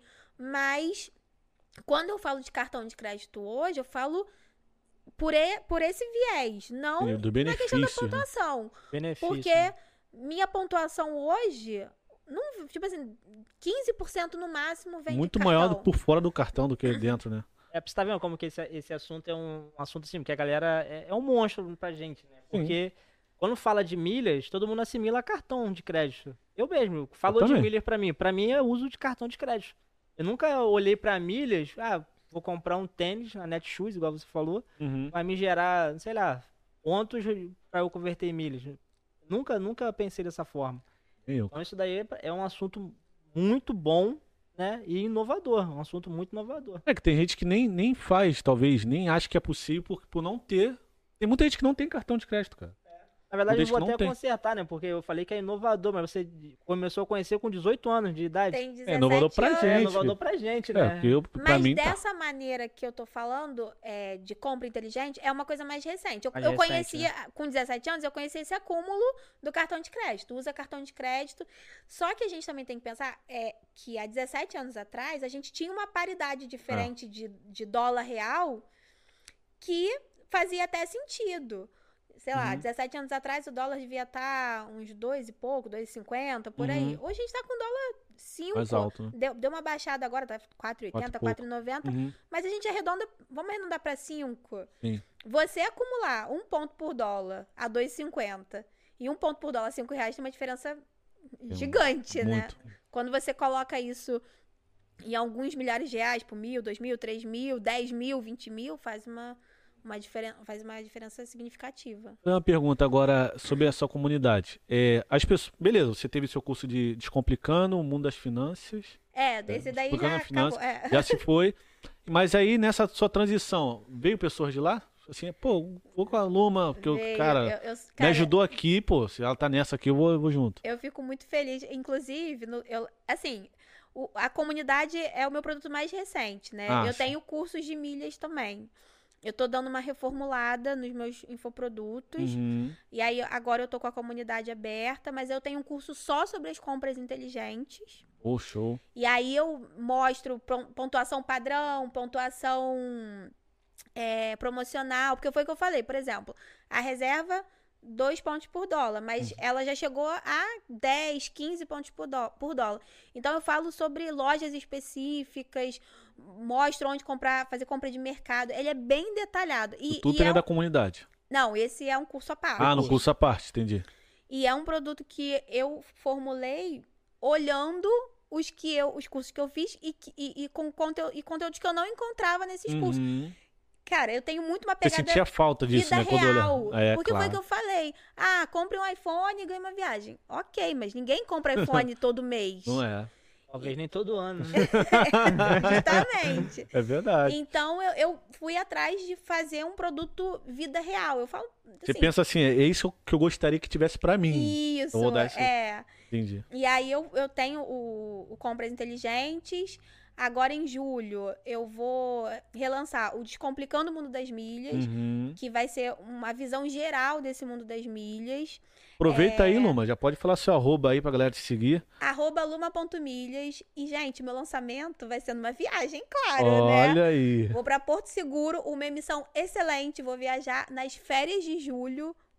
Mas quando eu falo de cartão de crédito hoje, eu falo por, e, por esse viés, não Do na questão da benefício. Né? pontuação. Benefício. Porque né? minha pontuação hoje, não, tipo assim, quinze por cento no máximo vem Muito de maior cartão. do, por fora do cartão do que dentro, né? É, você tá vendo como que esse, esse assunto é um, um assunto assim, porque a galera é, é um monstro pra gente, né? Porque quando fala de milhas, todo mundo assimila cartão de crédito. Eu mesmo, falou Eu de também. milhas pra mim. Pra mim é uso de cartão de crédito. Eu nunca olhei pra milhas, ah, vou comprar um tênis na Netshoes, igual você falou, Uhum. vai me gerar, sei lá, pontos pra eu converter em milhas. Nunca, nunca pensei dessa forma. Eu. Então isso daí é um assunto muito bom, né, e inovador, um assunto muito inovador. É que tem gente que nem, nem faz, talvez, nem acha que é possível por, por não ter. Tem muita gente que não tem cartão de crédito, cara. Na verdade, eu Muita vou gente que até não tem. consertar, né, porque eu falei que é inovador, mas você começou a conhecer com dezoito anos de idade. Tem dezessete É inovador pra anos. É gente. inovador pra gente, É, né? porque eu, pra Mas mim tá. dessa maneira que eu tô falando, é, de compra inteligente, é uma coisa mais recente. Eu, Mais eu recente, conhecia, com dezessete anos, eu conheci esse acúmulo do cartão de crédito. Usa cartão de crédito. Só que a gente também tem que pensar é, que há dezessete anos atrás, a gente tinha uma paridade diferente de, de dólar real que fazia até sentido. Sei lá, Uhum. dezessete anos atrás o dólar devia estar uns dois e pouco, dois e cinquenta, por aí. Uhum. Hoje a gente tá com dólar cinco. Mais alto, né? Deu, deu uma baixada agora, tá quatro e oitenta, Quatro e quatro e noventa. Uhum. Mas a gente arredonda, vamos arredondar pra cinco. Sim. Você acumular um ponto por dólar a dois e cinquenta e um ponto por dólar a cinco reais tem uma diferença gigante, né? Muito. Quando você coloca isso em alguns milhares de reais, por mil, dois mil, três mil, dez mil, vinte mil, faz uma, uma, diferen faz uma diferença significativa. Uma pergunta agora sobre a sua comunidade. É, as pessoas, beleza, você teve seu curso de Descomplicando o Mundo das Finanças, É, desse daí Explicando já a finança, acabou. É. já se foi. Mas aí nessa sua transição, veio pessoas de lá? Assim, pô, vou com a Luma, porque o Veio, cara, eu- eu- me cara, ajudou aqui, pô, se ela tá nessa aqui, eu vou, eu vou junto. Eu fico muito feliz. Inclusive, no- eu, assim, o- a comunidade é o meu produto mais recente, né? Ah, eu sim. tenho cursos de milhas também. Eu tô dando uma reformulada nos meus infoprodutos. Uhum. E aí, agora eu tô com a comunidade aberta, mas eu tenho um curso só sobre as compras inteligentes. Ô, show. E aí eu mostro pon- pontuação padrão, pontuação é, promocional, porque foi o que eu falei, por exemplo, a reserva, dois pontos por dólar, mas ela já chegou a dez, quinze pontos por, dó- por dólar. Então eu falo sobre lojas específicas, mostro onde comprar, fazer compra de mercado. Ele é bem detalhado. E, Tudo e tem é da um- comunidade. Não, esse é um curso à parte. Ah, no curso à parte, entendi. E é um produto que eu formulei olhando os que eu, os cursos que eu fiz e, que- e, e com conteúdo, e conteúdos que eu não encontrava nesses cursos. Uhum. Cara, eu tenho muito uma Você pegada sentia falta disso, vida né? Quando real. olhava. É, porque foi o claro. que eu falei. Ah, compre um iPhone e ganhe uma viagem. Ok, mas ninguém compra iPhone todo mês. Não é. Talvez nem todo ano, né? Justamente. É verdade. Então eu, eu fui atrás de fazer um produto vida real. Eu falo. Você assim, pensa assim, é isso que eu gostaria que tivesse pra mim. Isso, Eu vou dar esse- é. Entendi. E aí eu, eu tenho o, o Compras Inteligentes. Agora em julho eu vou relançar o Descomplicando o Mundo das Milhas, Uhum. que vai ser uma visão geral desse mundo das milhas. Aproveita É. aí, Luma. Já pode falar seu arroba aí pra galera te seguir. Arroba luma.milhas. E, gente, meu lançamento vai ser numa viagem, claro, né? Olha aí. Vou pra Porto Seguro, uma emissão excelente. Vou viajar nas férias de julho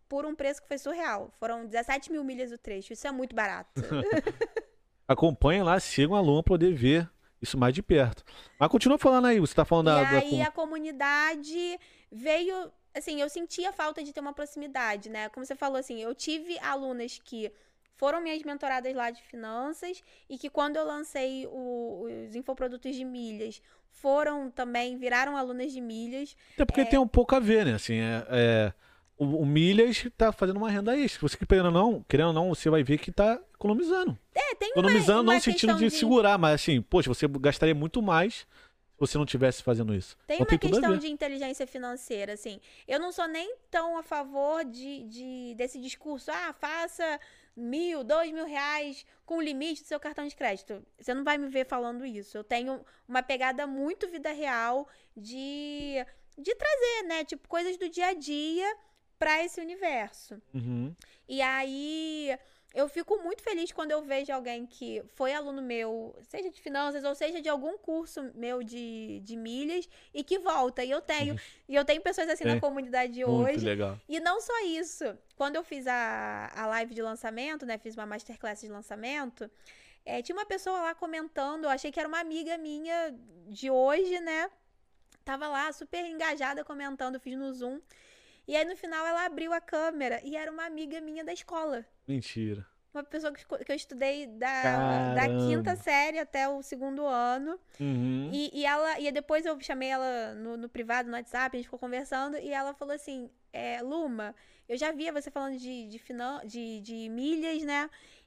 por um preço que foi surreal. Foram dezessete mil milhas o trecho. Isso é muito barato. Acompanhem lá, sigam a Luma pra poder ver isso mais de perto. Mas continua falando aí, você tá falando E da... da aí com- a comunidade veio... Assim, eu sentia falta de ter uma proximidade, né? Como você falou, assim, eu tive alunas que foram minhas mentoradas lá de finanças e que quando eu lancei o- os infoprodutos de milhas, foram também, viraram alunas de milhas. Até porque tem um pouco a ver, né? Assim, é, é, o, o Milhas tá fazendo uma renda extra. Você que querendo ou não, querendo ou não, você vai ver que tá economizando. É, tem uma, Economizando uma não no sentido questão de, de... segurar, mas assim, poxa, você gastaria muito mais se você não tivesse fazendo isso. Tem Então uma tudo a questão ver. de inteligência financeira, assim. Eu não sou nem tão a favor de, de- desse discurso, ah, faça mil, dois mil reais com o limite do seu cartão de crédito. Você não vai me ver falando isso. Eu tenho uma pegada muito vida real de, de trazer, né, tipo, coisas do dia a dia para esse universo. Uhum. E aí, eu fico muito feliz quando eu vejo alguém que foi aluno meu, seja de finanças ou seja de algum curso meu de, de milhas, e que volta. E eu tenho, e eu tenho pessoas assim É. na comunidade Muito hoje. legal. E não só isso. Quando eu fiz a, a live de lançamento, né? Fiz uma masterclass de lançamento. É, tinha uma pessoa lá comentando, eu achei que era uma amiga minha de hoje, né? Tava lá super engajada comentando, fiz no Zoom. E aí no final ela abriu a câmera e era uma amiga minha da escola. Mentira. Uma pessoa que, esco- que eu estudei da, da Caramba. quinta série até o segundo ano. Uhum. E, e ela e depois eu chamei ela no, no privado, no WhatsApp, a gente ficou conversando, e ela falou assim, é, Luma, eu já via você falando de, de, finan de, de milhas, né?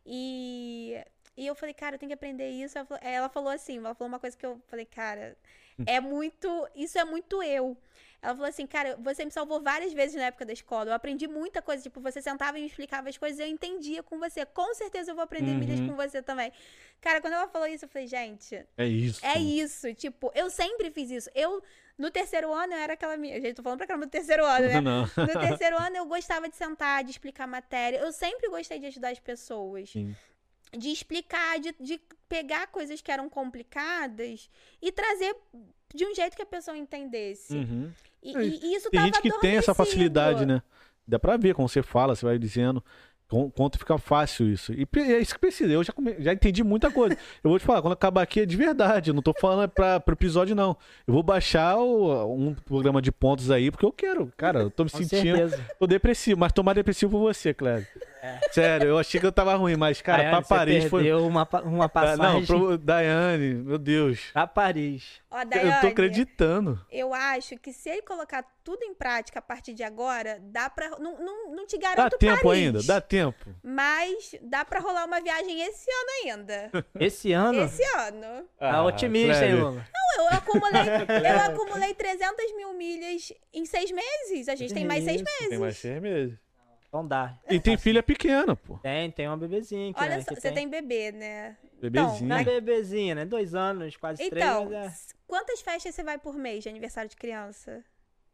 E, e eu falei, cara, eu tenho que aprender isso. Ela falou, ela falou assim, ela falou uma coisa que eu falei, cara, é muito, isso é muito eu. Ela falou assim, cara, você me salvou várias vezes na época da escola. Eu aprendi muita coisa. Tipo, você sentava e me explicava as coisas e eu entendia com você. Com certeza eu vou aprender Uhum. milhas com você também. Cara, quando ela falou isso, eu falei, gente, É isso. é isso. Tipo, eu sempre fiz isso. Eu, no terceiro ano, eu era aquela minha... Gente, tô falando pra caramba do terceiro ano, né? Não. No terceiro ano, eu gostava de sentar, de explicar matéria. Eu sempre gostei de ajudar as pessoas. Sim. De explicar, de, de pegar coisas que eram complicadas e trazer de um jeito que a pessoa entendesse. Uhum. E, e- e isso Tem tava gente que tem essa adormecido. facilidade, né? Dá pra ver como você fala, você vai dizendo. com- Quanto fica fácil isso. E pre- é isso que precisa. Eu já, come- já entendi muita coisa. Eu vou te falar, quando acabar aqui é de verdade. Eu não tô falando pra, pro episódio, não. Eu vou baixar o- um programa de pontos aí, porque eu quero. Cara, eu tô me Com sentindo. certeza. Tô depressivo, mas tô mais depressivo por você, Cléber. Sério, eu achei que eu tava ruim, mas, cara, Daiane, pra Paris você foi. perdeu uma, pa- uma Ah, passagem não, pro Daiane, meu Deus. pra Paris. Ó, Eu Daiane, tô acreditando. eu acho que se ele colocar tudo em prática a partir de agora, dá pra... Não, não, não te Dá garanto tempo Paris, ainda, dá tempo. mas dá pra rolar uma viagem esse ano ainda. Esse ano, Esse ano. tá otimista, hein, Cléber. Lula? Não, eu acumulei, eu acumulei trezentas mil milhas em seis meses. A gente tem mais seis Isso, meses. Tem mais seis meses. Então dá. E tem filha pequena, pô. Tem, tem uma bebezinha aqui, Olha né, só, que você tem bebê, né? Bebezinho. Não é bebezinha, né? Dois anos, quase Então, três, mas é... s- quantas festas você vai por mês de aniversário de criança?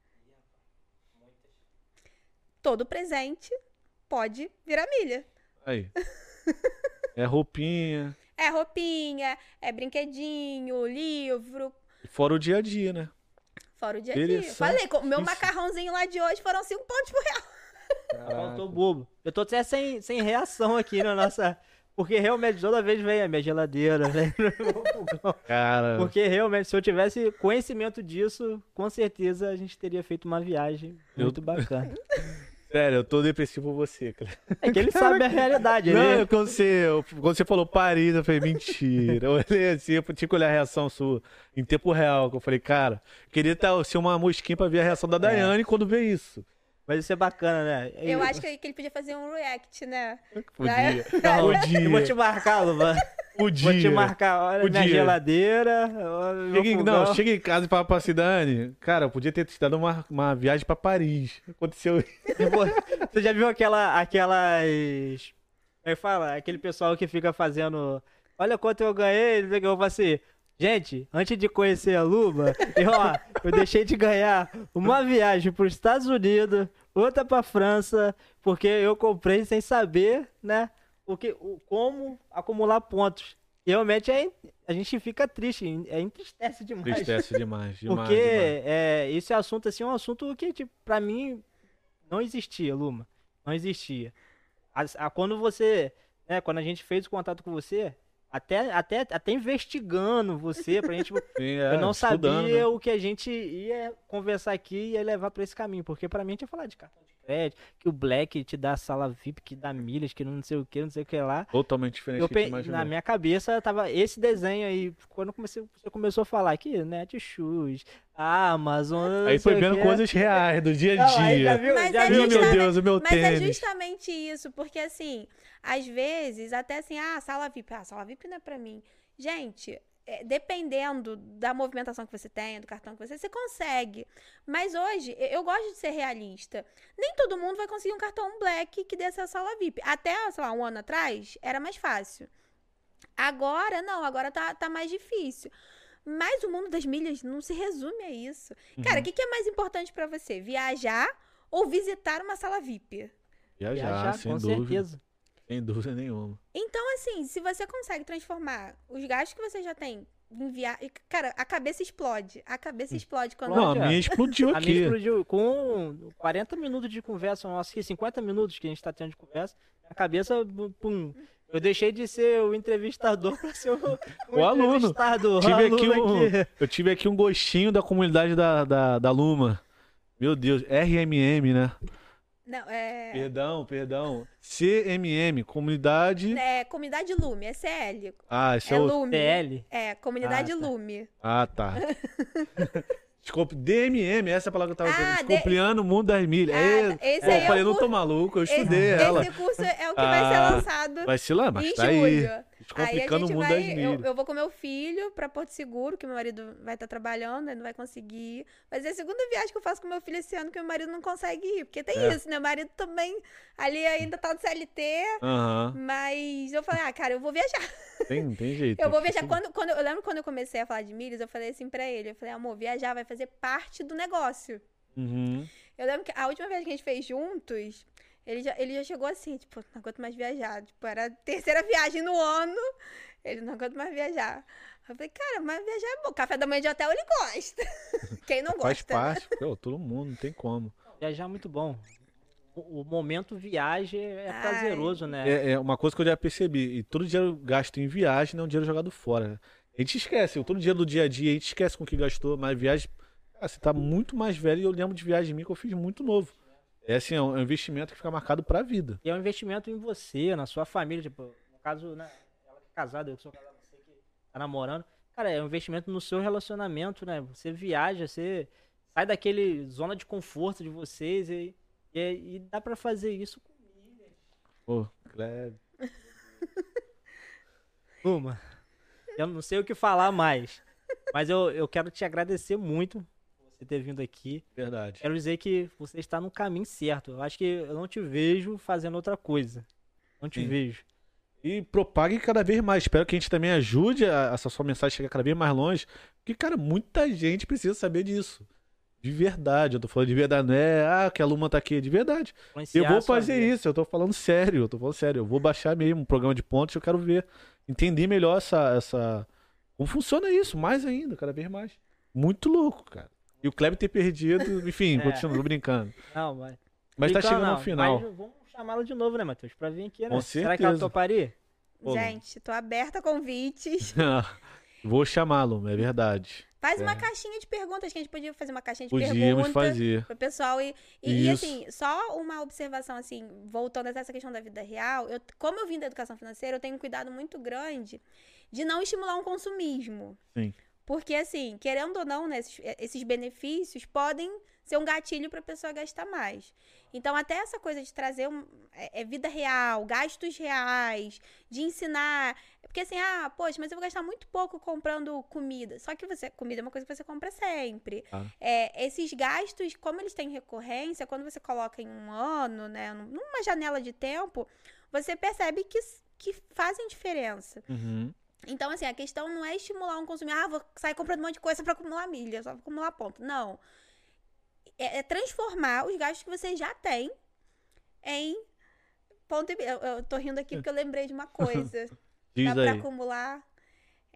Todo presente pode virar milha. Aí. É roupinha. É roupinha, é brinquedinho, livro, Fora o dia a dia, né? fora o dia a dia. Interessante. Falei, com- meu Isso. macarrãozinho lá de hoje foram cinco pontos por real. Faltou bobo. Eu tô até sem, sem reação aqui na nossa... Porque realmente toda vez vem a minha geladeira, vem no meu fogão. Cara, Porque realmente, se eu tivesse conhecimento disso, com certeza a gente teria feito uma viagem muito bacana. sério, eu tô depressivo por você, cara. É que ele sabe a realidade, Não, né? eu- quando você, eu- quando você falou Paris, eu falei, mentira. Eu olhei assim, eu tinha que olhar a reação sua em tempo real. Que eu falei, cara, queria tá, ser uma mosquinha pra ver a reação da Daiane quando vê isso. Mas isso é bacana, né? Eu acho que, que ele podia fazer um react, né? Podia. Não, Podia. Eu vou te marcar, Luva. Podia. Vou te marcar. Olha a minha Podia. geladeira. olha meu Chega em- fogão. não, chega em casa e fala pra Cidane, cara, eu podia ter te dado uma, uma viagem pra Paris. Aconteceu isso. Eu vou- Você já viu aquela, aquelas... Como é que fala? Aquele pessoal que fica fazendo... Olha quanto eu ganhei. Não sei o que eu faço assim. Gente, antes de conhecer a Luba, eu, ó, eu deixei de ganhar uma viagem para os Estados Unidos, outra para França, porque eu comprei sem saber, né, o que, o, como acumular pontos. E realmente é, a gente fica triste, é entristece demais. Tristece demais, demais, Porque demais. é, esse assunto assim, é um assunto que, tipo, pra mim, não existia, Luma. Não existia. A, a- quando você, né, quando a gente fez o contato com você, até, até, até investigando você, pra gente, Sim, é, eu não estudando, sabia né? o que a gente ia conversar aqui e ia levar pra esse caminho, porque pra mim a gente ia falar de cartão de crédito, que o Black te dá sala V I P, que dá milhas, que não sei o que, não sei o que lá. Totalmente diferente Eu do que a pe... gente imaginou. Na minha cabeça tava esse desenho aí. Quando eu comecei, você começou a falar aqui, Netshoes, Amazon. Aí não foi sei o vendo quê. coisas reais do dia a Não, aí já dia. viu, Mas já é viu, Ih, meu meu justamente- Deus, o meu Mas é tênis. justamente isso, porque assim, às vezes, até assim, ah, sala V I P, ah, sala V I P não é pra mim. Gente, é, dependendo da movimentação que você tem, do cartão que você, você consegue. Mas hoje, eu eu gosto de ser realista. Nem todo mundo vai conseguir um cartão Black que dê acesso à sala V I P. Até, sei lá, um ano atrás, era mais fácil. Agora, não, agora tá, tá mais difícil. Mas o mundo das milhas não se resume a isso. Cara, Uhum. o que, que é mais importante pra você? Viajar ou visitar uma sala V I P? Viajar, Viajar, sem com dúvida. certeza. Sem dúvida nenhuma. Então, assim, se você consegue transformar os gastos que você já tem em viagem. Cara, a cabeça explode. A cabeça explode quando. Não, a Explode, minha é. explodiu A minha aqui. explodiu com quarenta minutos de conversa, nossa, que cinquenta minutos que a gente tá tendo de conversa, a cabeça, pum. Eu deixei de ser o entrevistador pra ser o, O aluno. entrevistador. Tive aluno aqui um- aqui. Eu tive aqui um gostinho da comunidade da, da, da Luma. Meu Deus, R M M, né? Não, é. Perdão, perdão. C M M, comunidade. É Comunidade Lume, é C L. Ah, esse É é o. Lume. P L. É, Comunidade Ah, tá. Lume. Ah, tá. Desculpa, D M M, essa é a palavra que eu tava Ah, dizendo. D- Descompliando o mundo das milhas. Ah, É, tá. Esse pô, aí eu é falei, o não tô curso- maluco, eu Esse, estudei ela. esse curso é o que vai ser Ah, lançado Vai ser lá, mas em tá aí. julho. Aí a Descomplicando o gente mundo vai. das Eu, milhas. eu vou com meu filho pra Porto Seguro, que meu marido vai estar trabalhando, ele não vai conseguir. Mas é a segunda viagem que eu faço com meu filho esse ano que meu marido não consegue ir. Porque tem É. isso, né? O marido também ali ainda tá no C L T. Aham, Mas eu falei, ah, cara, eu vou viajar. tem, tem jeito. Eu vou tem que viajar. Quando, quando, eu lembro quando eu comecei a falar de milhas, eu falei assim pra ele. Eu falei, amor, viajar vai fazer parte do negócio. Uhum. Eu lembro que a última vez que a gente fez juntos, ele já, ele já chegou assim, tipo, não aguento mais viajar. Tipo, era a terceira viagem no ano. Ele não aguenta mais viajar. Eu falei, cara, mas viajar é bom. Café da manhã de hotel ele gosta. Quem não Faz gosta? né? parte. Pô, todo mundo, não tem como. Viajar é muito bom. O, o momento viagem é Ai. prazeroso, né? É, é uma coisa que eu já percebi. E todo dinheiro gasto em viagem não é um dinheiro jogado fora. A gente esquece. Todo dinheiro do dia a dia, a gente esquece com o que gastou. Mas viagem, cara, você tá muito mais velho. E eu lembro de viagem minha que eu fiz muito novo. É assim, é um investimento que fica marcado pra vida. E é um investimento em você, na sua família. Tipo, no caso, né? Ela que é casada, eu que sou casado, você que tá namorando. Cara, é um investimento no seu relacionamento, né? Você viaja, você sai daquele zona de conforto de vocês e, e, e dá pra fazer isso comigo. Pô, Cleber. Uma. Eu não sei o que falar mais. Mas eu, eu quero te agradecer muito por você ter vindo aqui. Verdade. Quero dizer que você está no caminho certo. Eu acho que eu não te vejo fazendo outra coisa. Não te Sim. vejo. E propague cada vez mais. Espero que a gente também ajude a, essa sua mensagem a chegar cada vez mais longe. Porque, cara, muita gente precisa saber disso. De verdade. Eu tô falando de verdade. Não é, ah, que a Luma tá aqui. De verdade. Influenciar Eu vou a sua fazer vida. isso. Eu tô falando sério. Eu tô falando sério. Eu vou baixar mesmo um programa de pontos. Eu quero ver. Entender melhor essa, essa... Como funciona isso. Mais ainda. Cada vez mais. Muito louco, cara. E o Kleber ter perdido. Enfim, É. continuo brincando. Não, mas... Mas tá Então, chegando não, ao final. Mas vamos chamá-lo de novo, né, Matheus? Pra vir aqui, né? Com Será que ela certeza. toparia? Pô, Gente, tô aberta a convites. Vou chamá-lo, é verdade. Faz uma É. caixinha de perguntas, que a gente podia fazer uma caixinha de Podíamos perguntas fazer. pro pessoal. E, e, e, Isso. assim, só uma observação, assim, voltando até essa questão da vida real, eu, como eu vim da educação financeira, eu tenho um cuidado muito grande de não estimular um consumismo. Sim. Porque, assim, querendo ou não, né, esses, esses benefícios podem ser um gatilho para a pessoa gastar mais. Então, até essa coisa de trazer um, é, é vida real, gastos reais, de ensinar. Porque assim, ah, poxa, mas eu vou gastar muito pouco comprando comida. Só que você, comida é uma coisa que você compra sempre. Ah. É, esses gastos, como eles têm recorrência, quando você coloca em um ano, né, numa janela de tempo, você percebe que, que fazem diferença. Uhum. Então, assim, a questão não é estimular um consumidor, ah, vou sair comprando um monte de coisa para acumular milha, só pra acumular ponto. Não. É, é transformar os gastos que você já tem em ponto e... Eu, eu tô rindo aqui porque eu lembrei de uma coisa. Diz Dá pra aí. acumular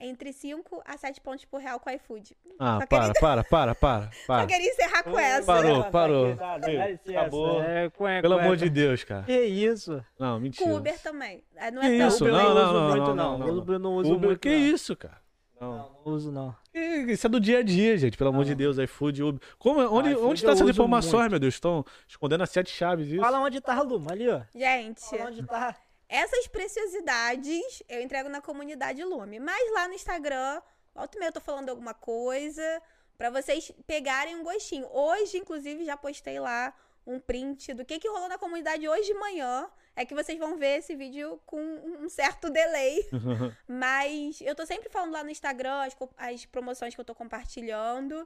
entre cinco a sete pontos por real com o iFood. Ah, Só para, queria- para, para, para, Só para. queria encerrar com essa. Parou, parou. Dá, dá, Ei, dá licença. acabou. É, cueca, Pelo cueca. amor de Deus, cara. Que isso? Não, mentira. Com Uber também. Ah, Não Que é tão isso? Uber eu Não, não não, uso não, muito, não, não. não, não. Uber eu não uso Uber, muito, que não. isso, cara? Não, Não. não uso, não. Que- Isso é do dia a dia, gente. Pelo amor de Deus, iFood, Uber. Como, onde iFood onde eu estão essas uso informações, muito. meu Deus? Estão escondendo as sete chaves, isso? Fala onde tá a Luma, ali, ó. Gente, Fala onde tá. essas preciosidades eu entrego na comunidade Lume. Mas lá no Instagram, volta e meia eu tô falando alguma coisa pra vocês pegarem um gostinho. Hoje, inclusive, já postei lá um print do que, que rolou na comunidade hoje de manhã. É que vocês vão ver esse vídeo com um certo delay. Mas eu tô sempre falando lá no Instagram as, co- as promoções que eu tô compartilhando.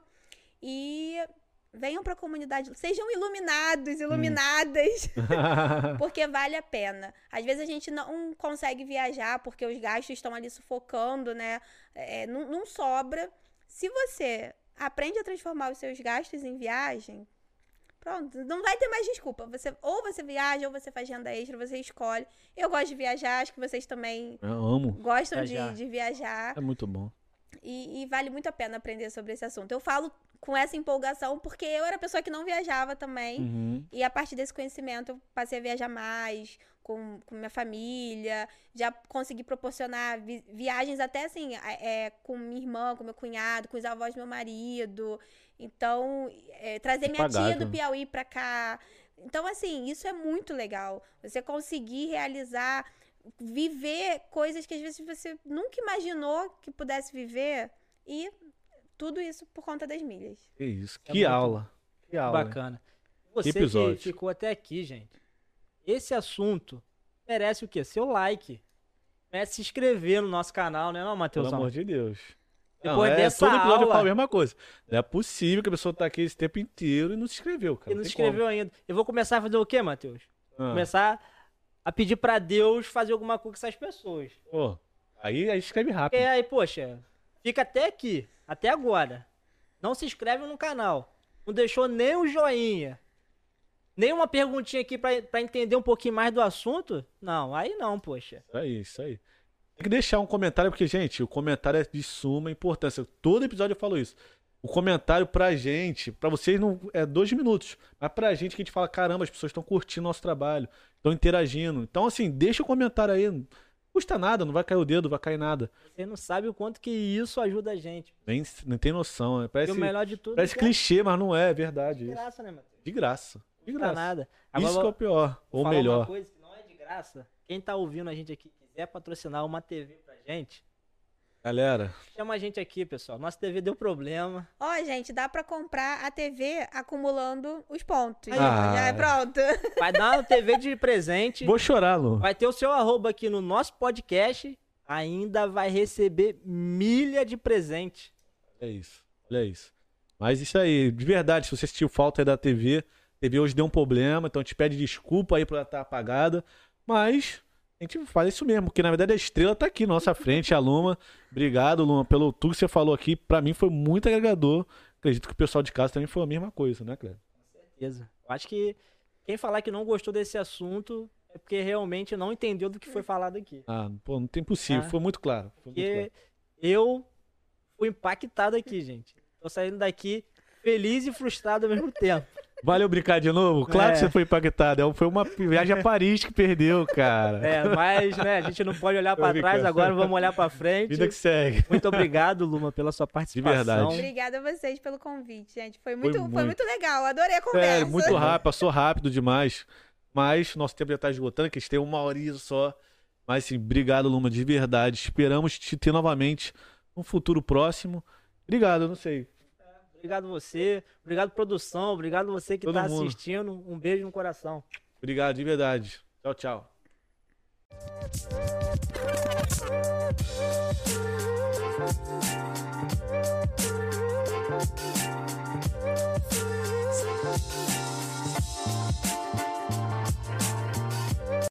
E venham pra comunidade. Sejam iluminados, iluminadas. Porque vale a pena. Às vezes a gente não consegue viajar porque os gastos estão ali sufocando, né? É, não, não sobra. Se você aprende a transformar os seus gastos em viagem, pronto, não vai ter mais desculpa. Você, ou você viaja, ou você faz renda extra, você escolhe. Eu gosto de viajar, acho que vocês também Eu amo. gostam de, Viajar. de viajar. É muito bom. E, e vale muito a pena aprender sobre esse assunto. Eu falo com essa empolgação porque eu era pessoa que não viajava também. Uhum. E a partir desse conhecimento eu passei a viajar mais com, com minha família. Já consegui proporcionar vi- viagens até assim, é, é, com minha irmã, com meu cunhado, com os avós do meu marido. Então, é, trazer minha tia Pagável. do Piauí pra cá. Então, assim, isso é muito legal. Você conseguir realizar, viver coisas que às vezes você nunca imaginou que pudesse viver. E tudo isso por conta das milhas. Que isso. É Que muito aula. Que aula. hein? Bacana. Você que episódio. ficou até aqui, gente. Esse assunto merece o quê? Seu like. Merece se inscrever no nosso canal, né, não, Pelo Matheusão? amor de Deus. Não, Depois é, dessa todo episódio eu aula- falo a mesma coisa. Não é possível que a pessoa tá aqui esse tempo inteiro e não se inscreveu, cara. E não tem se inscreveu ainda. Eu vou começar a fazer o quê, Matheus? como. Ah, Começar a pedir pra Deus fazer alguma coisa com essas pessoas. pô, aí, aí escreve rápido. Porque aí, poxa, fica até aqui, até agora. Não se inscreve no canal. Não deixou nem o joinha. Nem uma perguntinha aqui pra, pra entender um pouquinho mais do assunto. Não, aí não, poxa. Isso aí, isso aí. Tem que deixar um comentário, porque, gente, o comentário é de suma importância. Todo episódio eu falo isso. O comentário pra gente, pra vocês não é dois minutos, mas pra gente que a gente fala, caramba, as pessoas estão curtindo nosso trabalho, estão interagindo. Então, assim, deixa o comentário aí. Não custa nada, não vai cair o dedo, não vai cair nada. Você não sabe o quanto que isso ajuda a gente. Nem, não tem noção. né? Parece, E o melhor de tudo parece é clichê, mas não é, é verdade. de Isso. graça, né, Matheus? De graça. De Não custa graça. nada. Isso que é o pior. vou Ou falar uma melhor. coisa que não é de graça. Quem tá ouvindo a gente aqui quiser patrocinar uma T V pra gente, Galera, chama a gente aqui, pessoal. Nossa T V deu problema. Ó, gente, dá pra comprar a T V acumulando os pontos. Aí, ó. Já é Ah. pronto. Vai dar uma T V de presente. vou chorar, Lu. Vai ter o seu arroba aqui no nosso podcast. Ainda vai receber milha de presente. É isso. Olha isso. Mas isso aí, de verdade, se você sentiu falta aí da T V, a T V hoje deu um problema, então a gente pede desculpa aí por ela estar apagada, mas a gente faz isso mesmo, porque na verdade a estrela tá aqui na nossa frente, a Luma. Obrigado, Luma, pelo tudo que você falou aqui. Pra mim foi muito agregador. Acredito que o pessoal de casa também foi a mesma coisa, né, Cleber? Beleza. Eu acho que quem falar que não gostou desse assunto é porque realmente não entendeu do que foi falado aqui. Ah, pô, não tem possível, Ah, foi muito claro. Foi muito claro. Porque eu fui impactado aqui, gente. Tô saindo daqui feliz e frustrado ao mesmo tempo. Valeu brincar de novo? Claro É. que você foi impactado. É, Foi uma viagem a Paris que perdeu, cara. É, mas, né, a gente não pode olhar Tô pra trás brincando. agora, vamos olhar pra frente. Vida que segue. Muito obrigado, Luma, pela sua participação. verdade. Obrigada a vocês pelo convite, gente. Foi muito, foi muito. muito legal. Adorei a conversa. Sério, muito rápido, passou rápido demais. Mas nosso tempo já tá esgotando, que a gente tem uma horinha só. Mas assim, obrigado, Luma, de verdade. Esperamos te ter novamente num futuro próximo. Obrigado, eu não sei. Obrigado você, obrigado produção, obrigado você que Todo tá mundo. assistindo. Um beijo no coração. Obrigado, de verdade. Tchau, tchau.